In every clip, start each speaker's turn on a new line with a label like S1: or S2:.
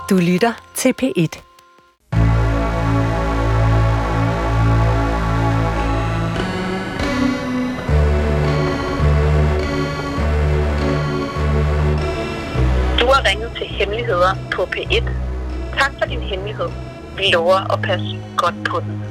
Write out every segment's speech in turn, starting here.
S1: Du lytter til P1.
S2: Du har ringet til Hemmeligheder på P1. Tak for din hemmelighed. Vi lover at passe godt på den.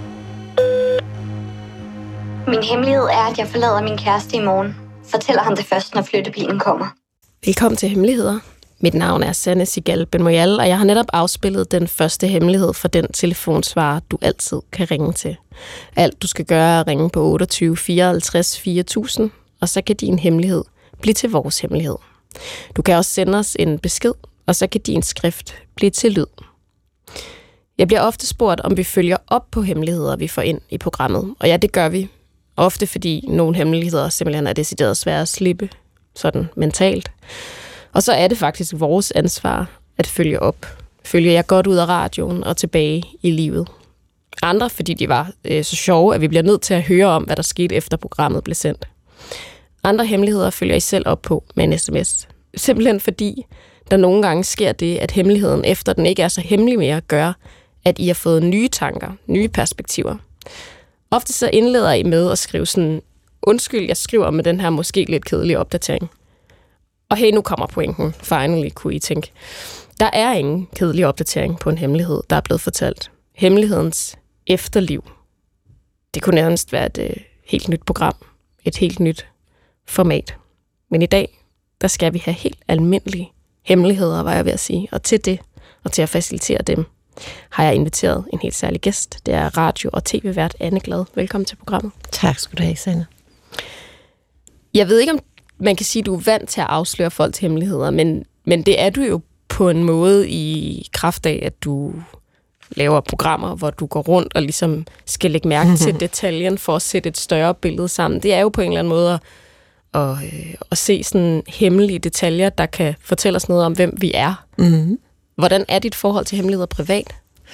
S3: Min hemmelighed er, at jeg forlader min kæreste i morgen. Fortæller ham det først, når flyttebilen kommer.
S4: Velkommen til Hemmeligheder. Mit navn er Sanne Sigal Benmoyal, og jeg har netop afspillet den første hemmelighed for den telefonsvarer, du altid kan ringe til. Alt du skal gøre er at ringe på 28 54 4000, og så kan din hemmelighed blive til vores hemmelighed. Du kan også sende os en besked, og så kan din skrift blive til lyd. Jeg bliver ofte spurgt, om vi følger op på hemmeligheder, vi får ind i programmet. Og ja, det gør vi. Ofte fordi nogle hemmeligheder simpelthen er decideret svære at slippe, sådan mentalt. Og så er det faktisk vores ansvar at følge op. Følger jeg godt ud af radioen og tilbage i livet. Andre, fordi de var så sjove, at vi bliver nødt til at høre om, hvad der skete efter programmet blev sendt. Andre hemmeligheder følger I selv op på med en sms. Simpelthen fordi der nogle gange sker det, at hemmeligheden, efter den ikke er så hemmelig mere, gør, at I har fået nye tanker, nye perspektiver. Ofte så indleder I med at skrive sådan, undskyld, jeg skriver med den her måske lidt kedelige opdatering. Og hey, nu kommer pointen. Finally, kunne I tænke. Der er ingen kedelig opdatering på en hemmelighed, der er blevet fortalt. Hemmelighedens efterliv. Det kunne nærmest være et helt nyt program. Et helt nyt format. Men i dag, der skal vi have helt almindelige hemmeligheder, var jeg ved at sige. Og til det, og til at facilitere dem, har jeg inviteret en helt særlig gæst. Det er radio- og tv-vært Anne Glad. Velkommen til programmet.
S5: Tak skal du have, Sanne.
S4: Jeg ved ikke, om man kan sige, at du er vant til at afsløre folks hemmeligheder, men det er du jo på en måde i kraft af, at du laver programmer, hvor du går rundt og ligesom skal lægge mærke til detaljen for at sætte et større billede sammen. Det er jo på en eller anden måde at se sådan hemmelige detaljer, der kan fortælle os noget om, hvem vi er. Mm-hmm. Hvordan er dit forhold til hemmeligheder privat?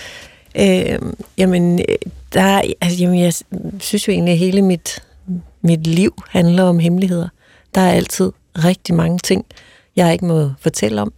S5: Jeg synes jo egentlig, at hele mit liv handler om hemmeligheder. Der er altid rigtig mange ting, jeg ikke må fortælle om.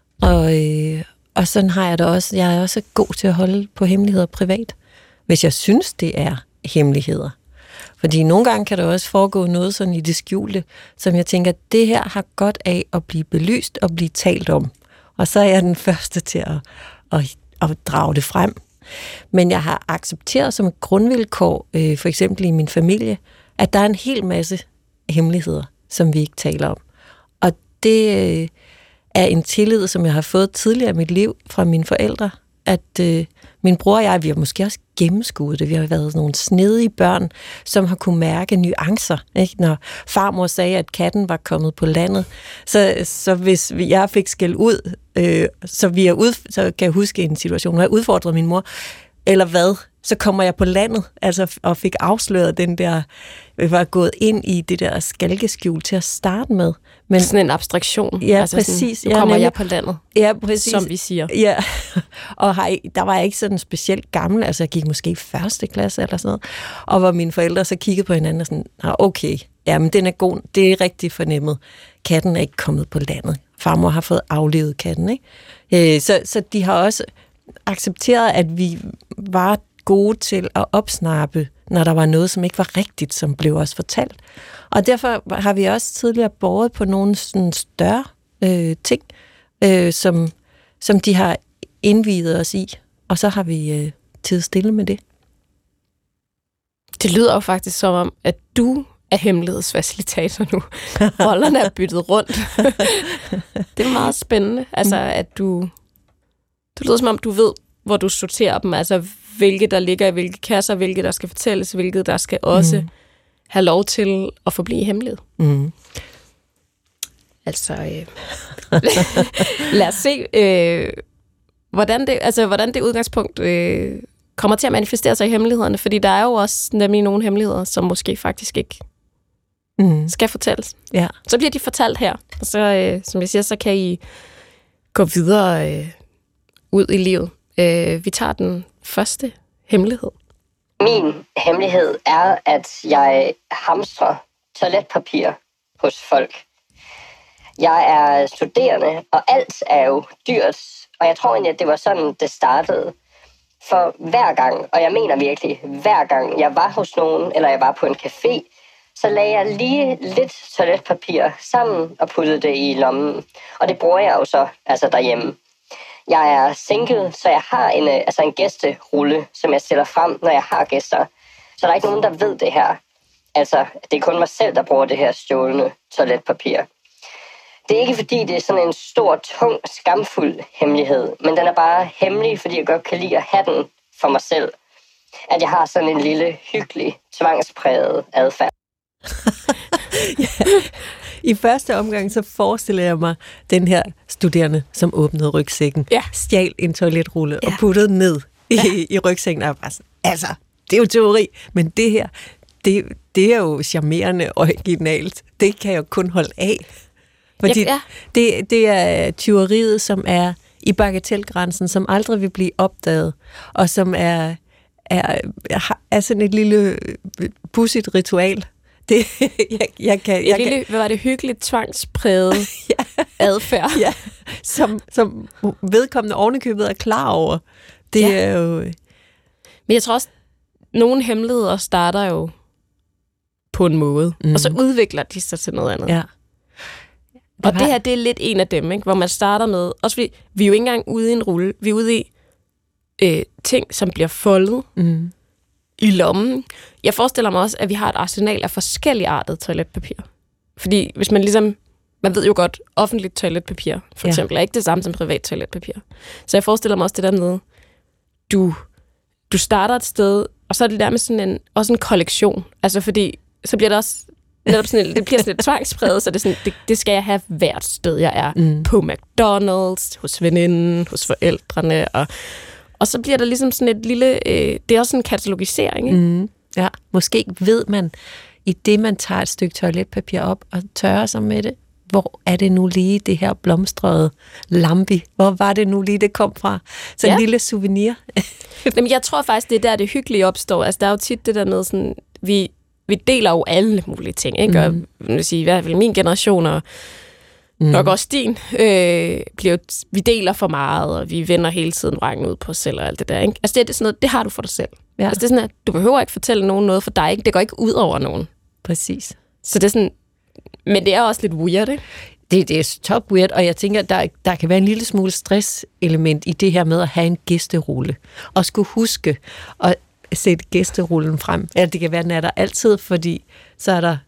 S5: Og sådan har jeg det også. Jeg er også god til at holde på hemmeligheder privat, hvis jeg synes, det er hemmeligheder. Fordi nogle gange kan der også foregå noget sådan i det skjulte, som jeg tænker, det her har godt af at blive belyst og blive talt om. Og så er jeg den første til at drage det frem. Men jeg har accepteret som et grundvilkår, for eksempel i min familie, at der er en hel masse hemmeligheder, som vi ikke taler om. Og det er en tillid, som jeg har fået tidligere i mit liv fra mine forældre, at min bror og jeg, vi har måske også gennemskuet det. Vi har været nogle snedige børn, som har kunne mærke nuancer. Ikke? Når farmor sagde, at katten var kommet på landet, så hvis jeg fik skæld ud, så kan jeg huske en situation, hvor jeg udfordrede min mor, eller hvad, så kommer jeg på landet, altså, og fik afsløret den der, vi var gået ind i det der skalkeskjul til at starte med. Men
S4: sådan en abstraktion.
S5: Ja,
S4: altså
S5: præcis.
S4: Sådan, nu kommer jeg på landet,
S5: ja, præcis.
S4: Som vi siger.
S5: Ja, og der var jeg ikke sådan specielt gammel, altså jeg gik måske i første klasse eller sådan noget, og hvor mine forældre så kiggede på hinanden og sådan, okay, jamen den er god, det er rigtig fornemmet. Katten er ikke kommet på landet. Farmor har fået aflevet katten, ikke? Så de har også accepteret, at vi var gode til at opsnappe, når der var noget, som ikke var rigtigt, som blev os fortalt. Og derfor har vi også tidligere båret på nogle sådan større ting, som de har indviet os i. Og så har vi tid stille med det.
S4: Det lyder jo faktisk som om, at du er hemmelighedsfacilitator nu. Rollerne er byttet rundt. Det er meget spændende. Altså, at du lyder som om, du ved, hvor du sorterer dem. Altså, hvilke der ligger i hvilke kasser, hvilke der skal fortælles, hvilket der skal også have lov til at forblive hemmelighed. Mm. Altså, lad os se, hvordan det udgangspunkt kommer til at manifestere sig i hemmelighederne, fordi der er jo også nemlig nogle hemmeligheder, som måske faktisk ikke skal fortælles. Ja. Så bliver de fortalt her, og så, som jeg siger, så kan I gå videre ud i livet. Vi tager den første hemmelighed.
S6: Min hemmelighed er, at jeg hamstrer toiletpapir hos folk. Jeg er studerende, og alt er jo dyrt. Og jeg tror egentlig, at det var sådan, det startede. For hver gang, og jeg mener virkelig, hver gang jeg var hos nogen, eller jeg var på en café, så lagde jeg lige lidt toiletpapir sammen og puttede det i lommen. Og det bruger jeg jo så altså derhjemme. Jeg er single, så jeg har en gæsterulle, som jeg stiller frem, når jeg har gæster. Så der er ikke nogen, der ved det her. Altså, det er kun mig selv, der bruger det her stjålne toiletpapir. Det er ikke, fordi det er sådan en stor, tung, skamfuld hemmelighed, men den er bare hemmelig, fordi jeg godt kan lide at have den for mig selv. At jeg har sådan en lille, hyggelig, tvangspræget adfærd.
S5: Ja. I første omgang, så forestiller jeg mig den her studerende, som åbnede rygsækken, stjal en toiletrulle og puttede den ned i rygsækken. Og bare sådan, altså, det er jo teori, men det her, det er jo charmerende og originalt. Det kan jeg jo kun holde af. Fordi det er tyveriet, som er i bagatelgrænsen, som aldrig vil blive opdaget, og som er sådan et lille pudsigt ritual. Det,
S4: hvad var det hyggeligt tvangspræget adfærd?
S5: Ja, som vedkommende ovenikøbet er klar over. Det er jo...
S4: Men jeg tror også, nogle hemmeligheder starter jo på en måde, og så udvikler de sig til noget andet.
S5: Ja.
S4: Og det her, det er lidt en af dem, ikke? Hvor man starter med... Også fordi, vi er jo ikke engang ude i en rulle. Vi er ude i ting, som bliver foldet i lommen. Jeg forestiller mig også, at vi har et arsenal af forskelligartet toiletpapir. Fordi hvis man ligesom... Man ved jo godt, offentligt toiletpapir, for eksempel, er ikke det samme som privat toiletpapir. Så jeg forestiller mig også det der med, du starter et sted, og så er det der med sådan også en kollektion. Altså fordi, så bliver det også... det bliver sådan lidt tvangspræget, så det skal jeg have hvert sted, jeg er. På McDonald's, hos veninden, hos forældrene. Og så bliver der ligesom sådan et lille... det er også en katalogisering, ikke?
S5: Ja, måske ved man, i det man tager et stykke toiletpapir op og tørrer sig med det, hvor er det nu lige det her blomstrede lambi? Hvor var det nu lige, det kom fra? Så en lille souvenir.
S4: Jamen, jeg tror faktisk, det er der, det hyggelige opstår. Altså, der er jo tit det der med sådan... Vi deler jo alle mulige ting, ikke? Og jeg vil sige, i hvert fald min generation, og nok også din, vi deler for meget, og vi vender hele tiden rækken ud på os selv og alt det der, ikke? Altså, det er sådan noget, det har du for dig selv. Ja. Altså, det er sådan, at du behøver ikke fortælle nogen noget for dig, ikke? Det går ikke ud over nogen.
S5: Præcis.
S4: Så det er sådan... Men det er også lidt weird, ikke?
S5: Det er top weird, og jeg tænker, der kan være en lille smule stresselement i det her med at have en gæsterulle, og skulle huske at sætte gæsterullen frem. Ja, det kan være, den er der altid, fordi så er der...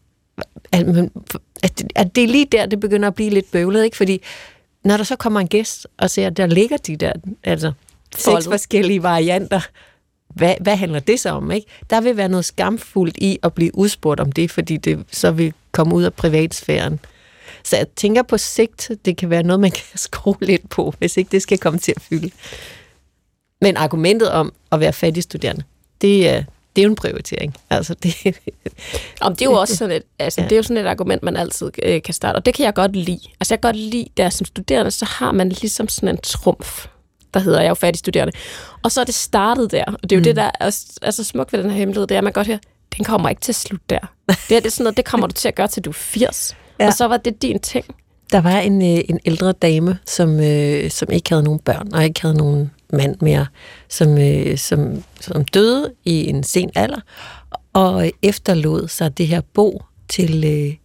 S5: At det er lige der, det begynder at blive lidt bøvlet, ikke? Fordi når der så kommer en gæst og ser, der ligger de der, altså 6 forskellige varianter, hvad handler det så om, ikke? Der vil være noget skamfuldt i at blive udspurgt om det, fordi det så vil komme ud af privatsfæren. Så jeg tænker på sigt, det kan være noget, man kan skrue lidt på, hvis ikke det skal komme til at fylde. Men argumentet om at være fattig studerende, det er jo en prioritering. Altså det
S4: er jo også sådan det er jo sådan et argument, man altid kan starte, og det kan jeg godt lide. Altså jeg kan godt lide, der som studerende, så har man ligesom sådan en trumf, der hedder, jeg er jo fattig studerende. Og så er det startet der, og det er jo det, der er så smukt ved den her hemmelighed, det er, at man godt hører, den kommer ikke til at slutte der. Det er sådan noget, det kommer du til at gøre, til du er 80. Ja. Og så var det din ting.
S5: Der var en ældre dame, som ikke havde nogen børn, og ikke havde nogen mand mere, som døde i en sen alder, og efterlod sig det her bo til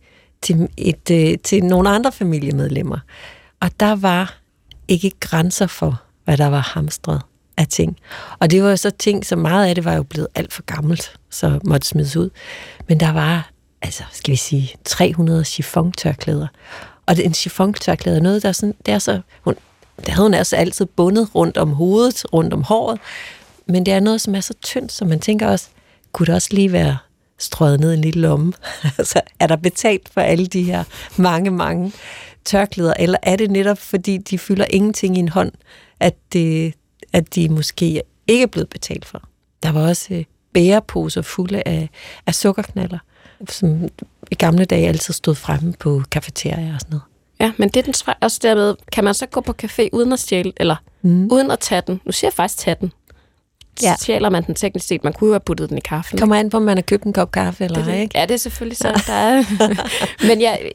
S5: nogle andre familiemedlemmer. Og der var ikke grænser for, hvad der var hamstret af ting. Og det var så ting, så meget af det var jo blevet alt for gammelt, så måtte smides ud. Men der var, altså, skal vi sige, 300 chiffontørklæder. Og en chiffontørklæde er noget, der sådan, det er så... Der havde hun altså altid bundet rundt om hovedet, rundt om håret. Men det er noget, som er så tyndt, så man tænker også, kunne det også lige være strøget ned i en lille lomme? Altså, er der betalt for alle de her mange, mange tørklæder? Eller er det netop, fordi de fylder ingenting i en hånd, at de måske ikke er blevet betalt for? Der var også bæreposer fulde af sukkerknaller, som i gamle dage altid stod fremme på cafeterier og sådan noget.
S4: Ja, men det er den også dermed, kan man så gå på café uden at stjæle, eller uden at tage den? Nu siger jeg faktisk tage den. Ja. Stjæler man den teknisk set, man kunne jo have puttet den i kaffen.
S5: Kommer an på, om man har købt en kop kaffe eller ej, ikke?
S4: Ja, det er selvfølgelig så. Der er. Men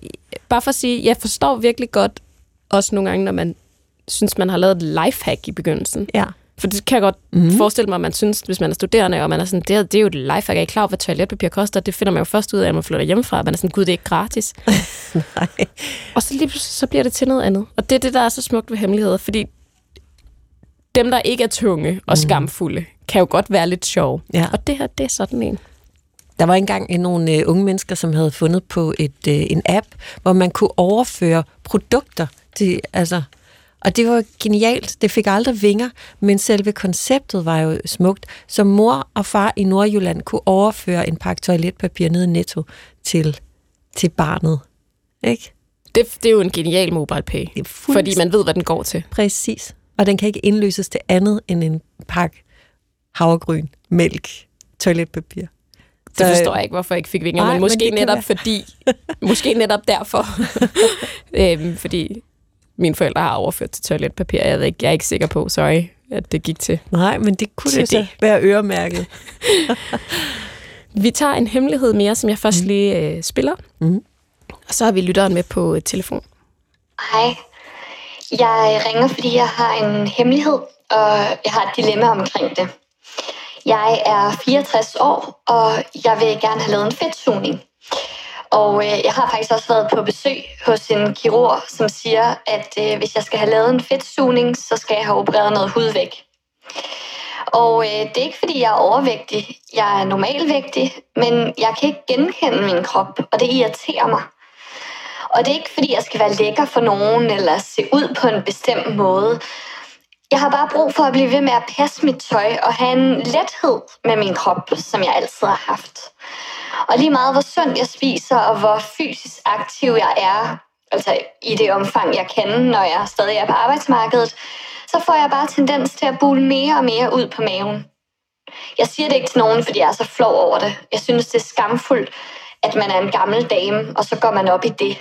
S4: bare for at sige, jeg forstår virkelig godt, også nogle gange, når man synes, man har lavet et lifehack i begyndelsen.
S5: Ja.
S4: For det kan jeg godt forestille mig, at man synes, hvis man er studerende, og man er sådan, det er jo et lifehack. Jeg er klar over, hvad toiletpapir koster. Det finder man jo først ud af, at man flytter hjemmefra. Man er sådan, gud, det er ikke gratis.
S5: Nej.
S4: Og så lige pludselig, så bliver det til noget andet. Og det er det, der er så smukt ved hemmeligheder. Fordi dem, der ikke er tunge og skamfulde, kan jo godt være lidt sjove.
S5: Ja. Og
S4: det her, det er sådan en.
S5: Der var engang nogle unge mennesker, som havde fundet på en app, hvor man kunne overføre produkter til, altså. Og det var genialt. Det fik aldrig vinger, men selve konceptet var jo smukt. Så mor og far i Nordjylland kunne overføre en pakke toiletpapir ned i Netto til barnet. Ikke?
S4: Det er jo en genial MobilePay, fordi man ved, hvad den går til.
S5: Præcis. Og den kan ikke indløses til andet end en pakke havregryn, mælk, toiletpapir.
S4: Det forstår jeg ikke, hvorfor jeg ikke fik vinger, men måske netop måske netop derfor. Fordi mine forældre har overført til toiletpapir. Jeg er ikke sikker på, at det gik til.
S5: Nej, men det kunne det så være øremærket.
S4: Vi tager en hemmelighed mere, som jeg først lige spiller. Og så har vi lytteren med på telefon.
S3: Hej. Jeg ringer, fordi jeg har en hemmelighed, og jeg har et dilemma omkring det. Jeg er 64 år, og jeg vil gerne have lavet en fedtsugning. Og jeg har faktisk også været på besøg hos en kirurg, som siger, at hvis jeg skal have lavet en fedtsugning, så skal jeg have opereret noget hud væk. Og det er ikke, fordi jeg er overvægtig. Jeg er normalvægtig, men jeg kan ikke genkende min krop, og det irriterer mig. Og det er ikke, fordi jeg skal være lækker for nogen, eller se ud på en bestemt måde. Jeg har bare brug for at blive ved med at passe mit tøj, og have en lethed med min krop, som jeg altid har haft. Og lige meget, hvor sundt jeg spiser, og hvor fysisk aktiv jeg er, altså i det omfang, jeg kan, når jeg stadig er på arbejdsmarkedet, så får jeg bare tendens til at bule mere og mere ud på maven. Jeg siger det ikke til nogen, fordi jeg er så flov over det. Jeg synes, det er skamfuldt, at man er en gammel dame, og så går man op i det.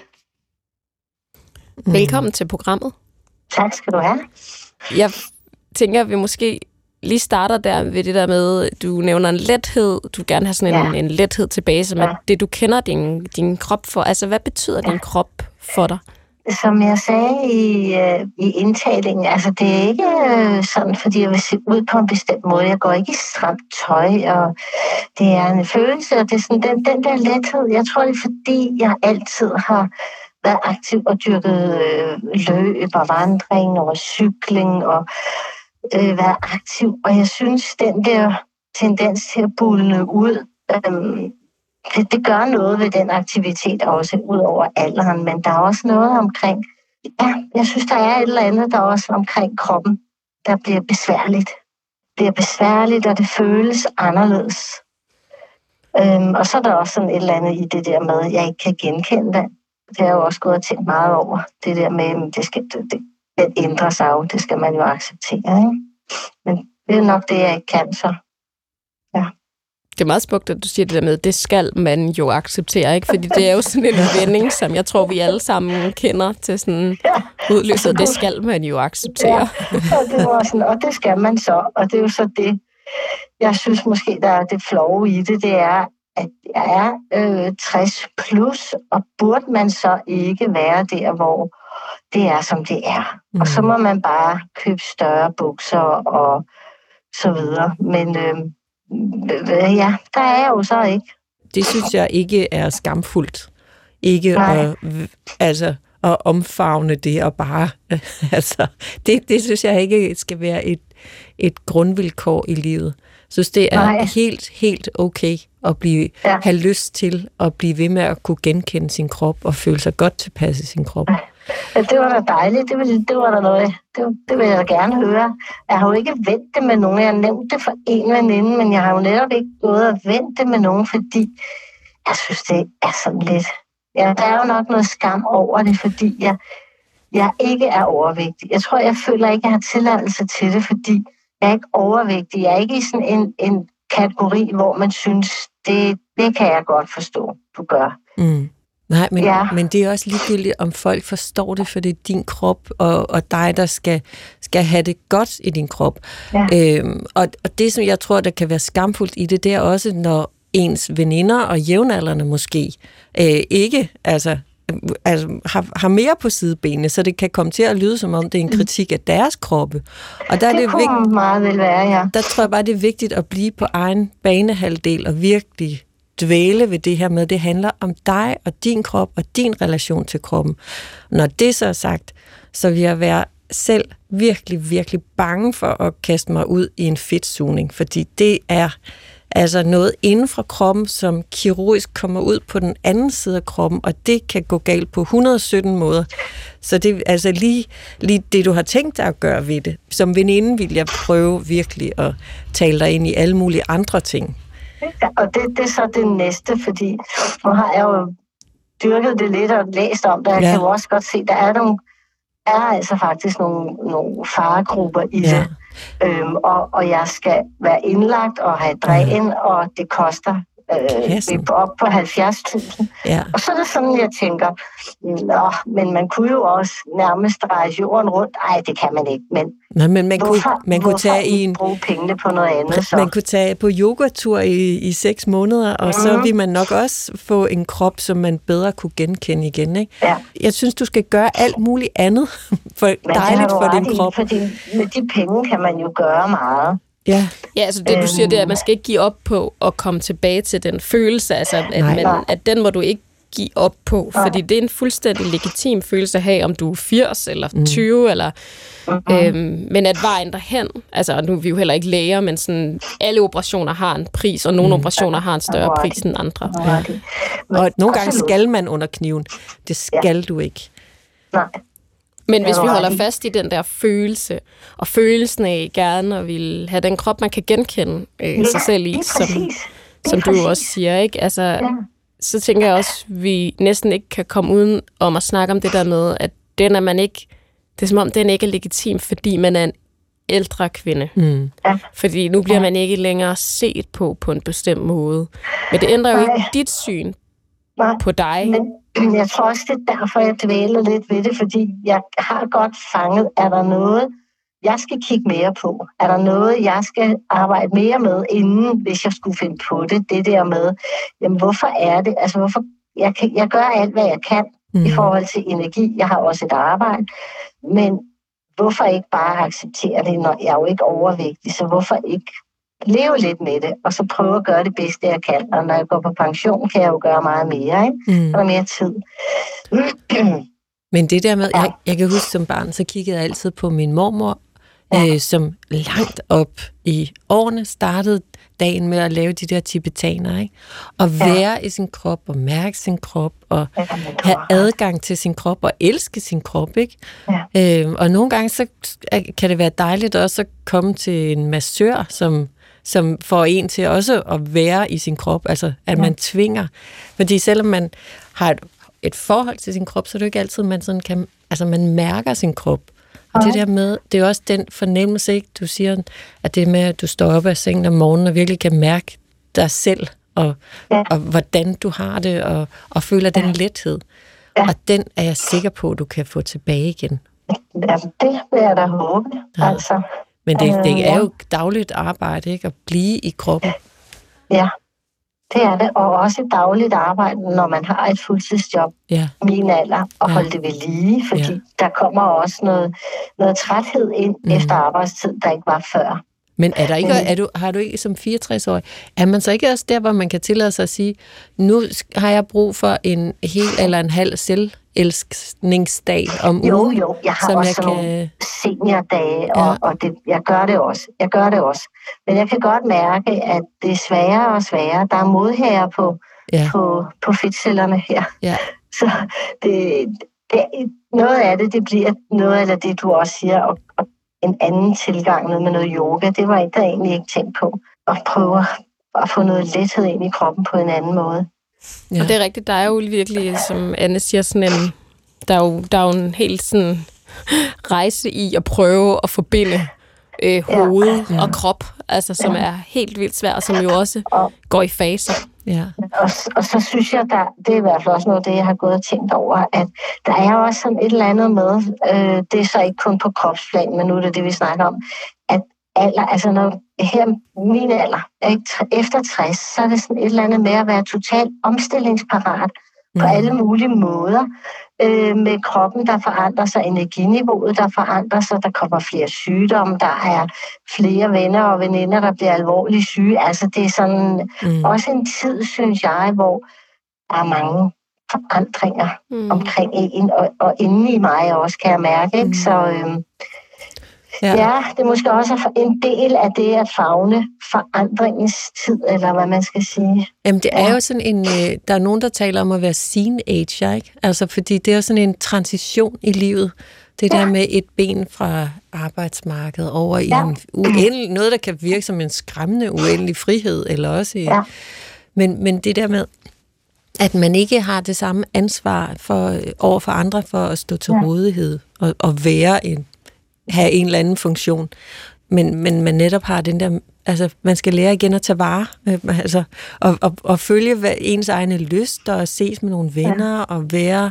S4: Velkommen til programmet.
S6: Tak skal du have.
S4: Jeg tænker, at vi måske lige starter der ved det der med, du nævner en lethed. Du vil gerne have sådan en lethed tilbage, som er det, du kender din krop for. Altså, hvad betyder din krop for dig?
S1: Som jeg sagde i indtalingen, altså det er ikke sådan, fordi jeg vil se ud på en bestemt måde. Jeg går ikke i stramt tøj, og det er en følelse, og det er sådan den der lethed. Jeg tror, det er fordi, jeg altid har været aktiv og dyrket løb og vandring og cykling og været aktiv. Og jeg synes, den der tendens til at bulne ud, det gør noget ved den aktivitet også, ud over alderen, men der er også noget omkring, jeg synes, der er et eller andet, der er også omkring kroppen, der bliver besværligt. Det bliver besværligt, og det føles anderledes. Og så er der også sådan et eller andet i det der med, at jeg ikke kan genkende det. Det har jeg jo også gået og tænkt meget over, det der med, at det ændrer sig jo, det skal man jo acceptere, ikke? Men det er nok det, jeg ikke kan, så ja.
S4: Det er meget smukt, at du siger det der med, det skal man jo acceptere, ikke? Fordi det er jo sådan en vending, som jeg tror, vi alle sammen kender til sådan udløset. Det skal man jo acceptere.
S1: Ja, og det var sådan, og det skal man så. Og det er jo så det, jeg synes måske, der er det flove i det, det er, at jeg er 60 plus, og burde man så ikke være der, hvor det er, som det er. Og så må man bare købe større bukser og så videre. Men ja, der er jeg jo så ikke.
S5: Det synes jeg ikke er skamfuldt. Ikke at omfavne det og bare... altså, det synes jeg ikke skal være et grundvilkår i livet. Jeg synes, det er helt okay at have lyst til at blive ved med at kunne genkende sin krop og føle sig godt tilpas i sin krop.
S1: Ja, det var da dejligt. Det var da noget. Det vil jeg da gerne høre. Jeg har jo ikke vendt det med nogen. Jeg har nævnt det for en veninde, men jeg har jo netop ikke gået og vendt det med nogen, fordi jeg synes, det er sådan lidt... Ja, der er jo nok noget skam over det, fordi jeg ikke er overvægtig. Jeg tror, jeg føler ikke, jeg har tilladelse til det, fordi jeg er ikke overvægtig. Jeg er ikke i sådan en kategori, hvor man synes, det kan jeg godt forstå, du gør.
S5: Mm. Nej, men det er også ligegyldigt, om folk forstår det, for det er din krop, og dig, der skal have det godt i din krop. Ja. Og det, som jeg tror, der kan være skamfuldt i det, det er også, når ens veninder og jævnaldrende måske ikke har mere på sidebenene, så det kan komme til at lyde, som om det er en kritik af deres kroppe. Og der
S1: det kunne meget vel være, ja.
S5: Der tror jeg bare, det er vigtigt at blive på egen banehalvdel og virkelig dvæle ved det her med, det handler om dig og din krop og din relation til kroppen. Når det så er sagt, så vil jeg være selv virkelig, virkelig bange for at kaste mig ud i en fedtsugning, fordi det er altså noget inden fra kroppen, som kirurgisk kommer ud på den anden side af kroppen, og det kan gå galt på 117 måder. Så det er altså lige det, du har tænkt dig at gøre ved det. Som veninde vil jeg prøve virkelig at tale dig ind i alle mulige andre ting.
S1: Ja, og det er så det næste, fordi nu har jeg jo dyrket det lidt og læst om det, jeg kan jo også godt se, der er altså faktisk nogle faregrupper i det. Og jeg skal være indlagt og have dræn, og det koster op på 70.000. Ja. Og så er det sådan, jeg tænker, men man kunne jo også nærmest rejse jorden rundt. Ej, det kan man ikke, men man kunne tage bruge pengene på noget andet? Så?
S5: Man kunne tage på yogatur i 6 måneder, og så vil man nok også få en krop, som man bedre kunne genkende igen. Ikke? Ja. Jeg synes, du skal gøre alt muligt andet dejligt for din krop.
S1: Fordi med de penge kan man jo gøre meget.
S4: Ja, altså det du siger, det er, at man skal ikke give op på at komme tilbage til den følelse, altså at den må du ikke give op på, fordi det er en fuldstændig legitim følelse at have, om du er 80 eller 20, eller, men at vejen derhen, altså nu er vi jo heller ikke læger, men sådan, alle operationer har en pris, og nogle operationer har en større pris end andre.
S5: Og nogle gange skal man under kniven. Det skal du ikke.
S1: Nej.
S4: Men hvis vi holder fast i den der følelse, og følelsen af gerne at ville have den krop, man kan genkende sig selv i, som du også siger, ikke? Altså, så tænker jeg også, at vi næsten ikke kan komme uden om at snakke om det der med, at den er man ikke, det er som om, den ikke er legitim, fordi man er en ældre kvinde. Fordi nu bliver man ikke længere set på en bestemt måde. Men det ændrer jo ikke dit syn på dig.
S1: Men jeg tror også, det er derfor, jeg dvæler lidt ved det, fordi jeg har godt fanget, er der noget, jeg skal kigge mere på? Er der noget, jeg skal arbejde mere med, inden hvis jeg skulle finde på det? Det der med, jamen hvorfor er det? Altså hvorfor? Jeg gør alt, hvad jeg kan i forhold til energi. Jeg har også et arbejde. Men hvorfor ikke bare acceptere det, når jeg er jo ikke overvægtig? Så hvorfor ikke leve lidt med det, og så prøve at gøre det bedste, jeg kan. Og når jeg går på pension, kan jeg jo gøre meget mere, ikke? Så er der mere tid.
S5: Men det der med, jeg kan huske som barn, så kiggede jeg altid på min mormor, som langt op i årene startede dagen med at lave de der tibetaner, ikke? Og være i sin krop, og mærke sin krop, og have adgang til sin krop, og elske sin krop, ikke? Og nogle gange, så kan det være dejligt også at komme til en massør, som får en til også at være i sin krop, altså at man tvinger. Fordi selvom man har et forhold til sin krop, så er det jo ikke altid, man sådan kan, altså man mærker sin krop. Og det der med, det er også den fornemmelse, ikke? Du siger, at det med, at du står op af sengen om morgenen og virkelig kan mærke dig selv, og hvordan du har det, og føler den lethed. Og den er jeg sikker på, at du kan få tilbage igen.
S1: Altså, det vil jeg da håbe, altså.
S5: Men det er jo dagligt arbejde, ikke? At blive i kroppen.
S1: Ja, det er det. Og også et dagligt arbejde, når man har et fuldtidsjob i min alder, og holde det ved lige. Fordi der kommer også noget træthed ind efter arbejdstid, der ikke var før.
S5: Men er der ikke, har du ikke som 64-årig, er man så ikke også der, hvor man kan tillade sig at sige, nu har jeg brug for en hel eller en halv elskningsdag om ugen?
S1: Jo, jeg har også nogle seniordage, og det, jeg gør det også. Men jeg kan godt mærke, at det er sværere og sværere. Der er modherrer på fedtcellerne her. Ja. Så noget af det bliver noget af det, du også siger, og en anden tilgang med noget yoga. Det var ikke, der egentlig ikke tænkt på. At prøve at få noget lethed ind i kroppen på en anden måde.
S4: Ja. Og det er rigtigt, der er jo virkelig, som Anne siger, sådan en, der er jo en helt sådan rejse i at prøve at forbinde hoved og krop, altså som er helt vildt svært, og som jo også går i faser. Ja.
S1: Og så synes jeg, det er i hvert fald også noget af det, jeg har gået og tænkt over, at der er også sådan et eller andet med, det er så ikke kun på kropsplan, men nu er det, vi snakker om, at alder, altså når her min alder, efter 60, så er det sådan et eller andet med at være totalt omstillingsparat, på alle mulige måder. Med kroppen, der forandrer sig, energiniveauet, der forandrer sig, der kommer flere sygdomme, der er flere venner og veninder, der bliver alvorligt syge. Altså det er sådan også en tid, synes jeg, hvor der er mange forandringer omkring en, og inde i mig også, kan jeg mærke. Ikke? Så ja, det er måske også en del af det at favne forandringens tid, eller hvad man skal sige.
S5: Jamen, det er jo sådan en... der er nogen, der taler om at være scene age, ikke? Altså, fordi det er sådan en transition i livet. Det der med et ben fra arbejdsmarkedet over i en uendelig... Noget, der kan virke som en skræmmende uendelig frihed, eller også... Men det der med, at man ikke har det samme ansvar over for andre for at stå til rådighed og være have en eller anden funktion. Men man netop har den der... Altså, man skal lære igen at tage vare. Altså, og følge ens egne lyst, og ses med nogle venner, og være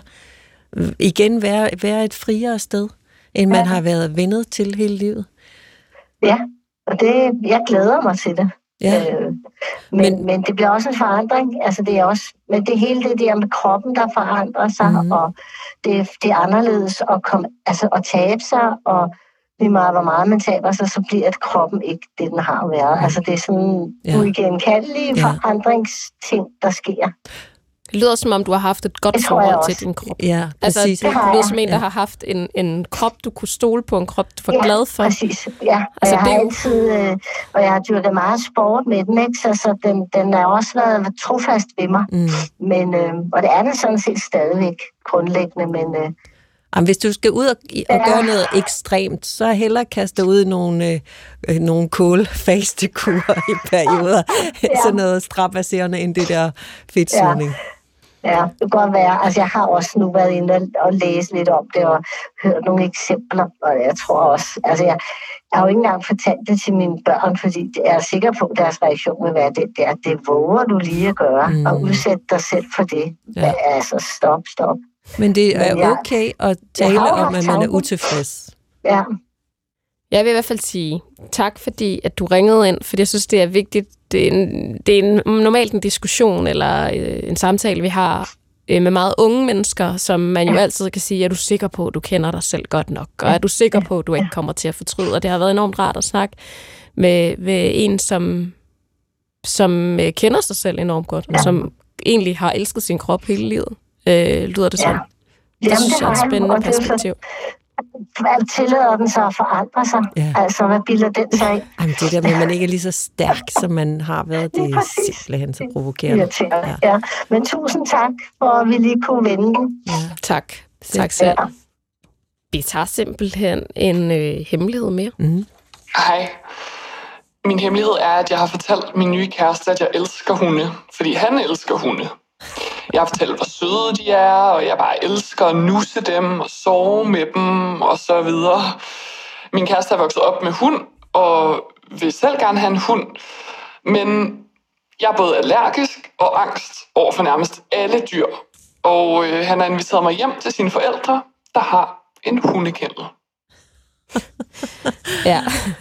S5: et friere sted, end man har været vennet til hele livet.
S1: Ja, og jeg glæder mig til det. Ja. Men det bliver også en forandring. Altså, det er også... Men det hele det der med kroppen, der forandrer sig, og det er anderledes at tabe sig, og lige meget, hvor meget man taber sig, så bliver kroppen ikke det, den har været. Altså, det er sådan uigenkaldelige forandringsting, der sker.
S4: Det lyder som om, du har haft et godt forhold til din krop.
S5: Ja,
S4: altså,
S5: præcis.
S4: det lyder som en, der har haft en krop, du kunne stole på, en krop, du var glad for.
S1: Præcis. Ja, og altså, jeg har altid, og jeg har dyrket meget sport med den, ikke? Så den har også været trofast ved mig. Men, og det er den sådan set stadigvæk grundlæggende, men...
S5: Jamen, hvis du skal ud og gøre noget ekstremt, så hellere kaste ud nogle kålfastekurer i perioder. Sådan noget strapasserende end det der fedtsugning.
S1: Ja, det kan godt være. Altså, jeg har også nu været inde og læse lidt om det, og hørt nogle eksempler, og jeg tror også... Altså, jeg har jo ikke engang fortalt det til mine børn, fordi jeg er sikker på, at deres reaktion vil være det våger du lige at gøre, og udsætte dig selv for det. Ja. Altså, stop.
S5: Men det er okay at tale om, at man er utilfreds.
S1: Ja.
S4: Jeg vil i hvert fald sige tak, fordi at du ringede ind, for jeg synes, det er vigtigt. Det er normalt en diskussion eller en samtale, vi har med meget unge mennesker, som man jo altid kan sige, er du sikker på, at du kender dig selv godt nok? Og er du sikker på, at du ikke kommer til at fortryde? Og det har været enormt rart at snakke med en, som kender sig selv enormt godt, og som egentlig har elsket sin krop hele livet. Lyder det sådan? Det synes jeg er et spændende perspektiv.
S1: Hvad tillader den sig at forandre sig? Ja. Altså, hvad bilder den sig i?
S5: Jamen, det der med, at man ikke er lige så stærk, som man har været, det er simpelthen så provokerende.
S1: Ja. Men tusind tak, for at vi lige kunne vende den.
S4: Ja. Tak selv. Vi tager simpelthen en hemmelighed mere.
S7: Hej. Min hemmelighed er, at jeg har fortalt min nye kæreste, at jeg elsker hunde, fordi han elsker hunde. Jeg har fortalt, hvor søde de er, og jeg bare elsker at nusse dem og sove med dem og så videre. Min kæreste er vokset op med hund og vil selv gerne have en hund, men jeg er både allergisk og angst over for nærmest alle dyr. Og han har inviteret mig hjem til sine forældre, der har en hundekennel.
S4: Ja.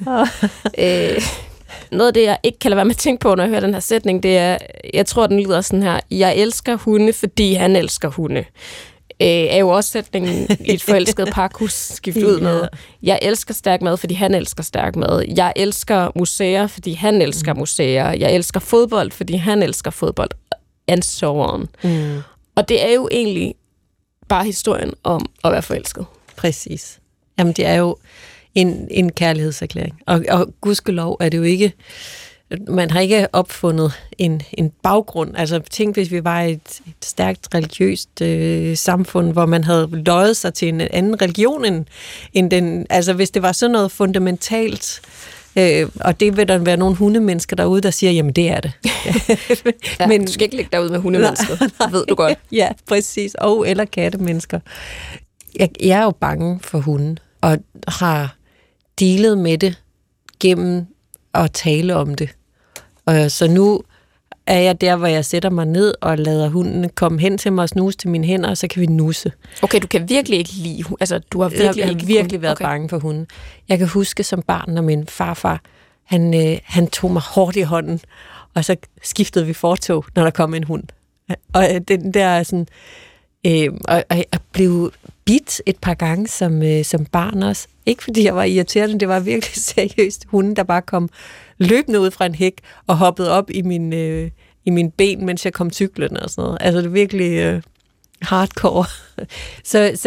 S4: Noget af det, jeg ikke kan lade være med at tænke på, når jeg hører den her sætning, det er, jeg tror, den lyder sådan her: jeg elsker hunde, fordi han elsker hunde. Er jo også sætningen i et forelsket par kunne skifte ud med. Jeg elsker stærk mad, fordi han elsker stærk mad. Jeg elsker museer, fordi han elsker museer. Jeg elsker fodbold, fordi han elsker fodbold. And so on. Og det er jo egentlig bare historien om at være forelsket.
S5: Præcis. Jamen, det er jo en kærlighedserklæring. Og gudskelov er det jo ikke... Man har ikke opfundet en baggrund. Altså, tænk, hvis vi var et stærkt religiøst samfund, hvor man havde løjet sig til en anden religion end den... Altså, hvis det var sådan noget fundamentalt... og det vil der være nogle hundemennesker derude, der siger, jamen det er det.
S4: Men du skal ikke ligge derude med hundemennesker, ved du godt.
S5: Ja, præcis. Eller kattemennesker. Jeg er jo bange for hunde, og har dealet med det gennem at tale om det. Og så nu er jeg der, hvor jeg sætter mig ned og lader hunden komme hen til mig og snuse til mine hænder, og så kan vi nusse.
S4: Okay, du kan virkelig ikke lide... Altså, du har virkelig
S5: været bange for hunden. Jeg kan huske som barn, når min farfar, han tog mig hårdt i hånden, og så skiftede vi fortog, når der kom en hund. Og den der sådan... Og jeg blev bidt et par gange som barn også. Ikke fordi jeg var irriterende, det var virkelig seriøst hunden, der bare kom løbende ud fra en hæk og hoppede op i min ben, mens jeg kom cyklerne og sådan noget. Altså det er virkelig hardcore. Så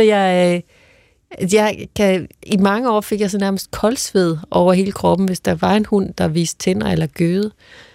S5: jeg kan, i mange år fik jeg så nærmest koldsved over hele kroppen, hvis der var en hund, der viste tænder eller gøede.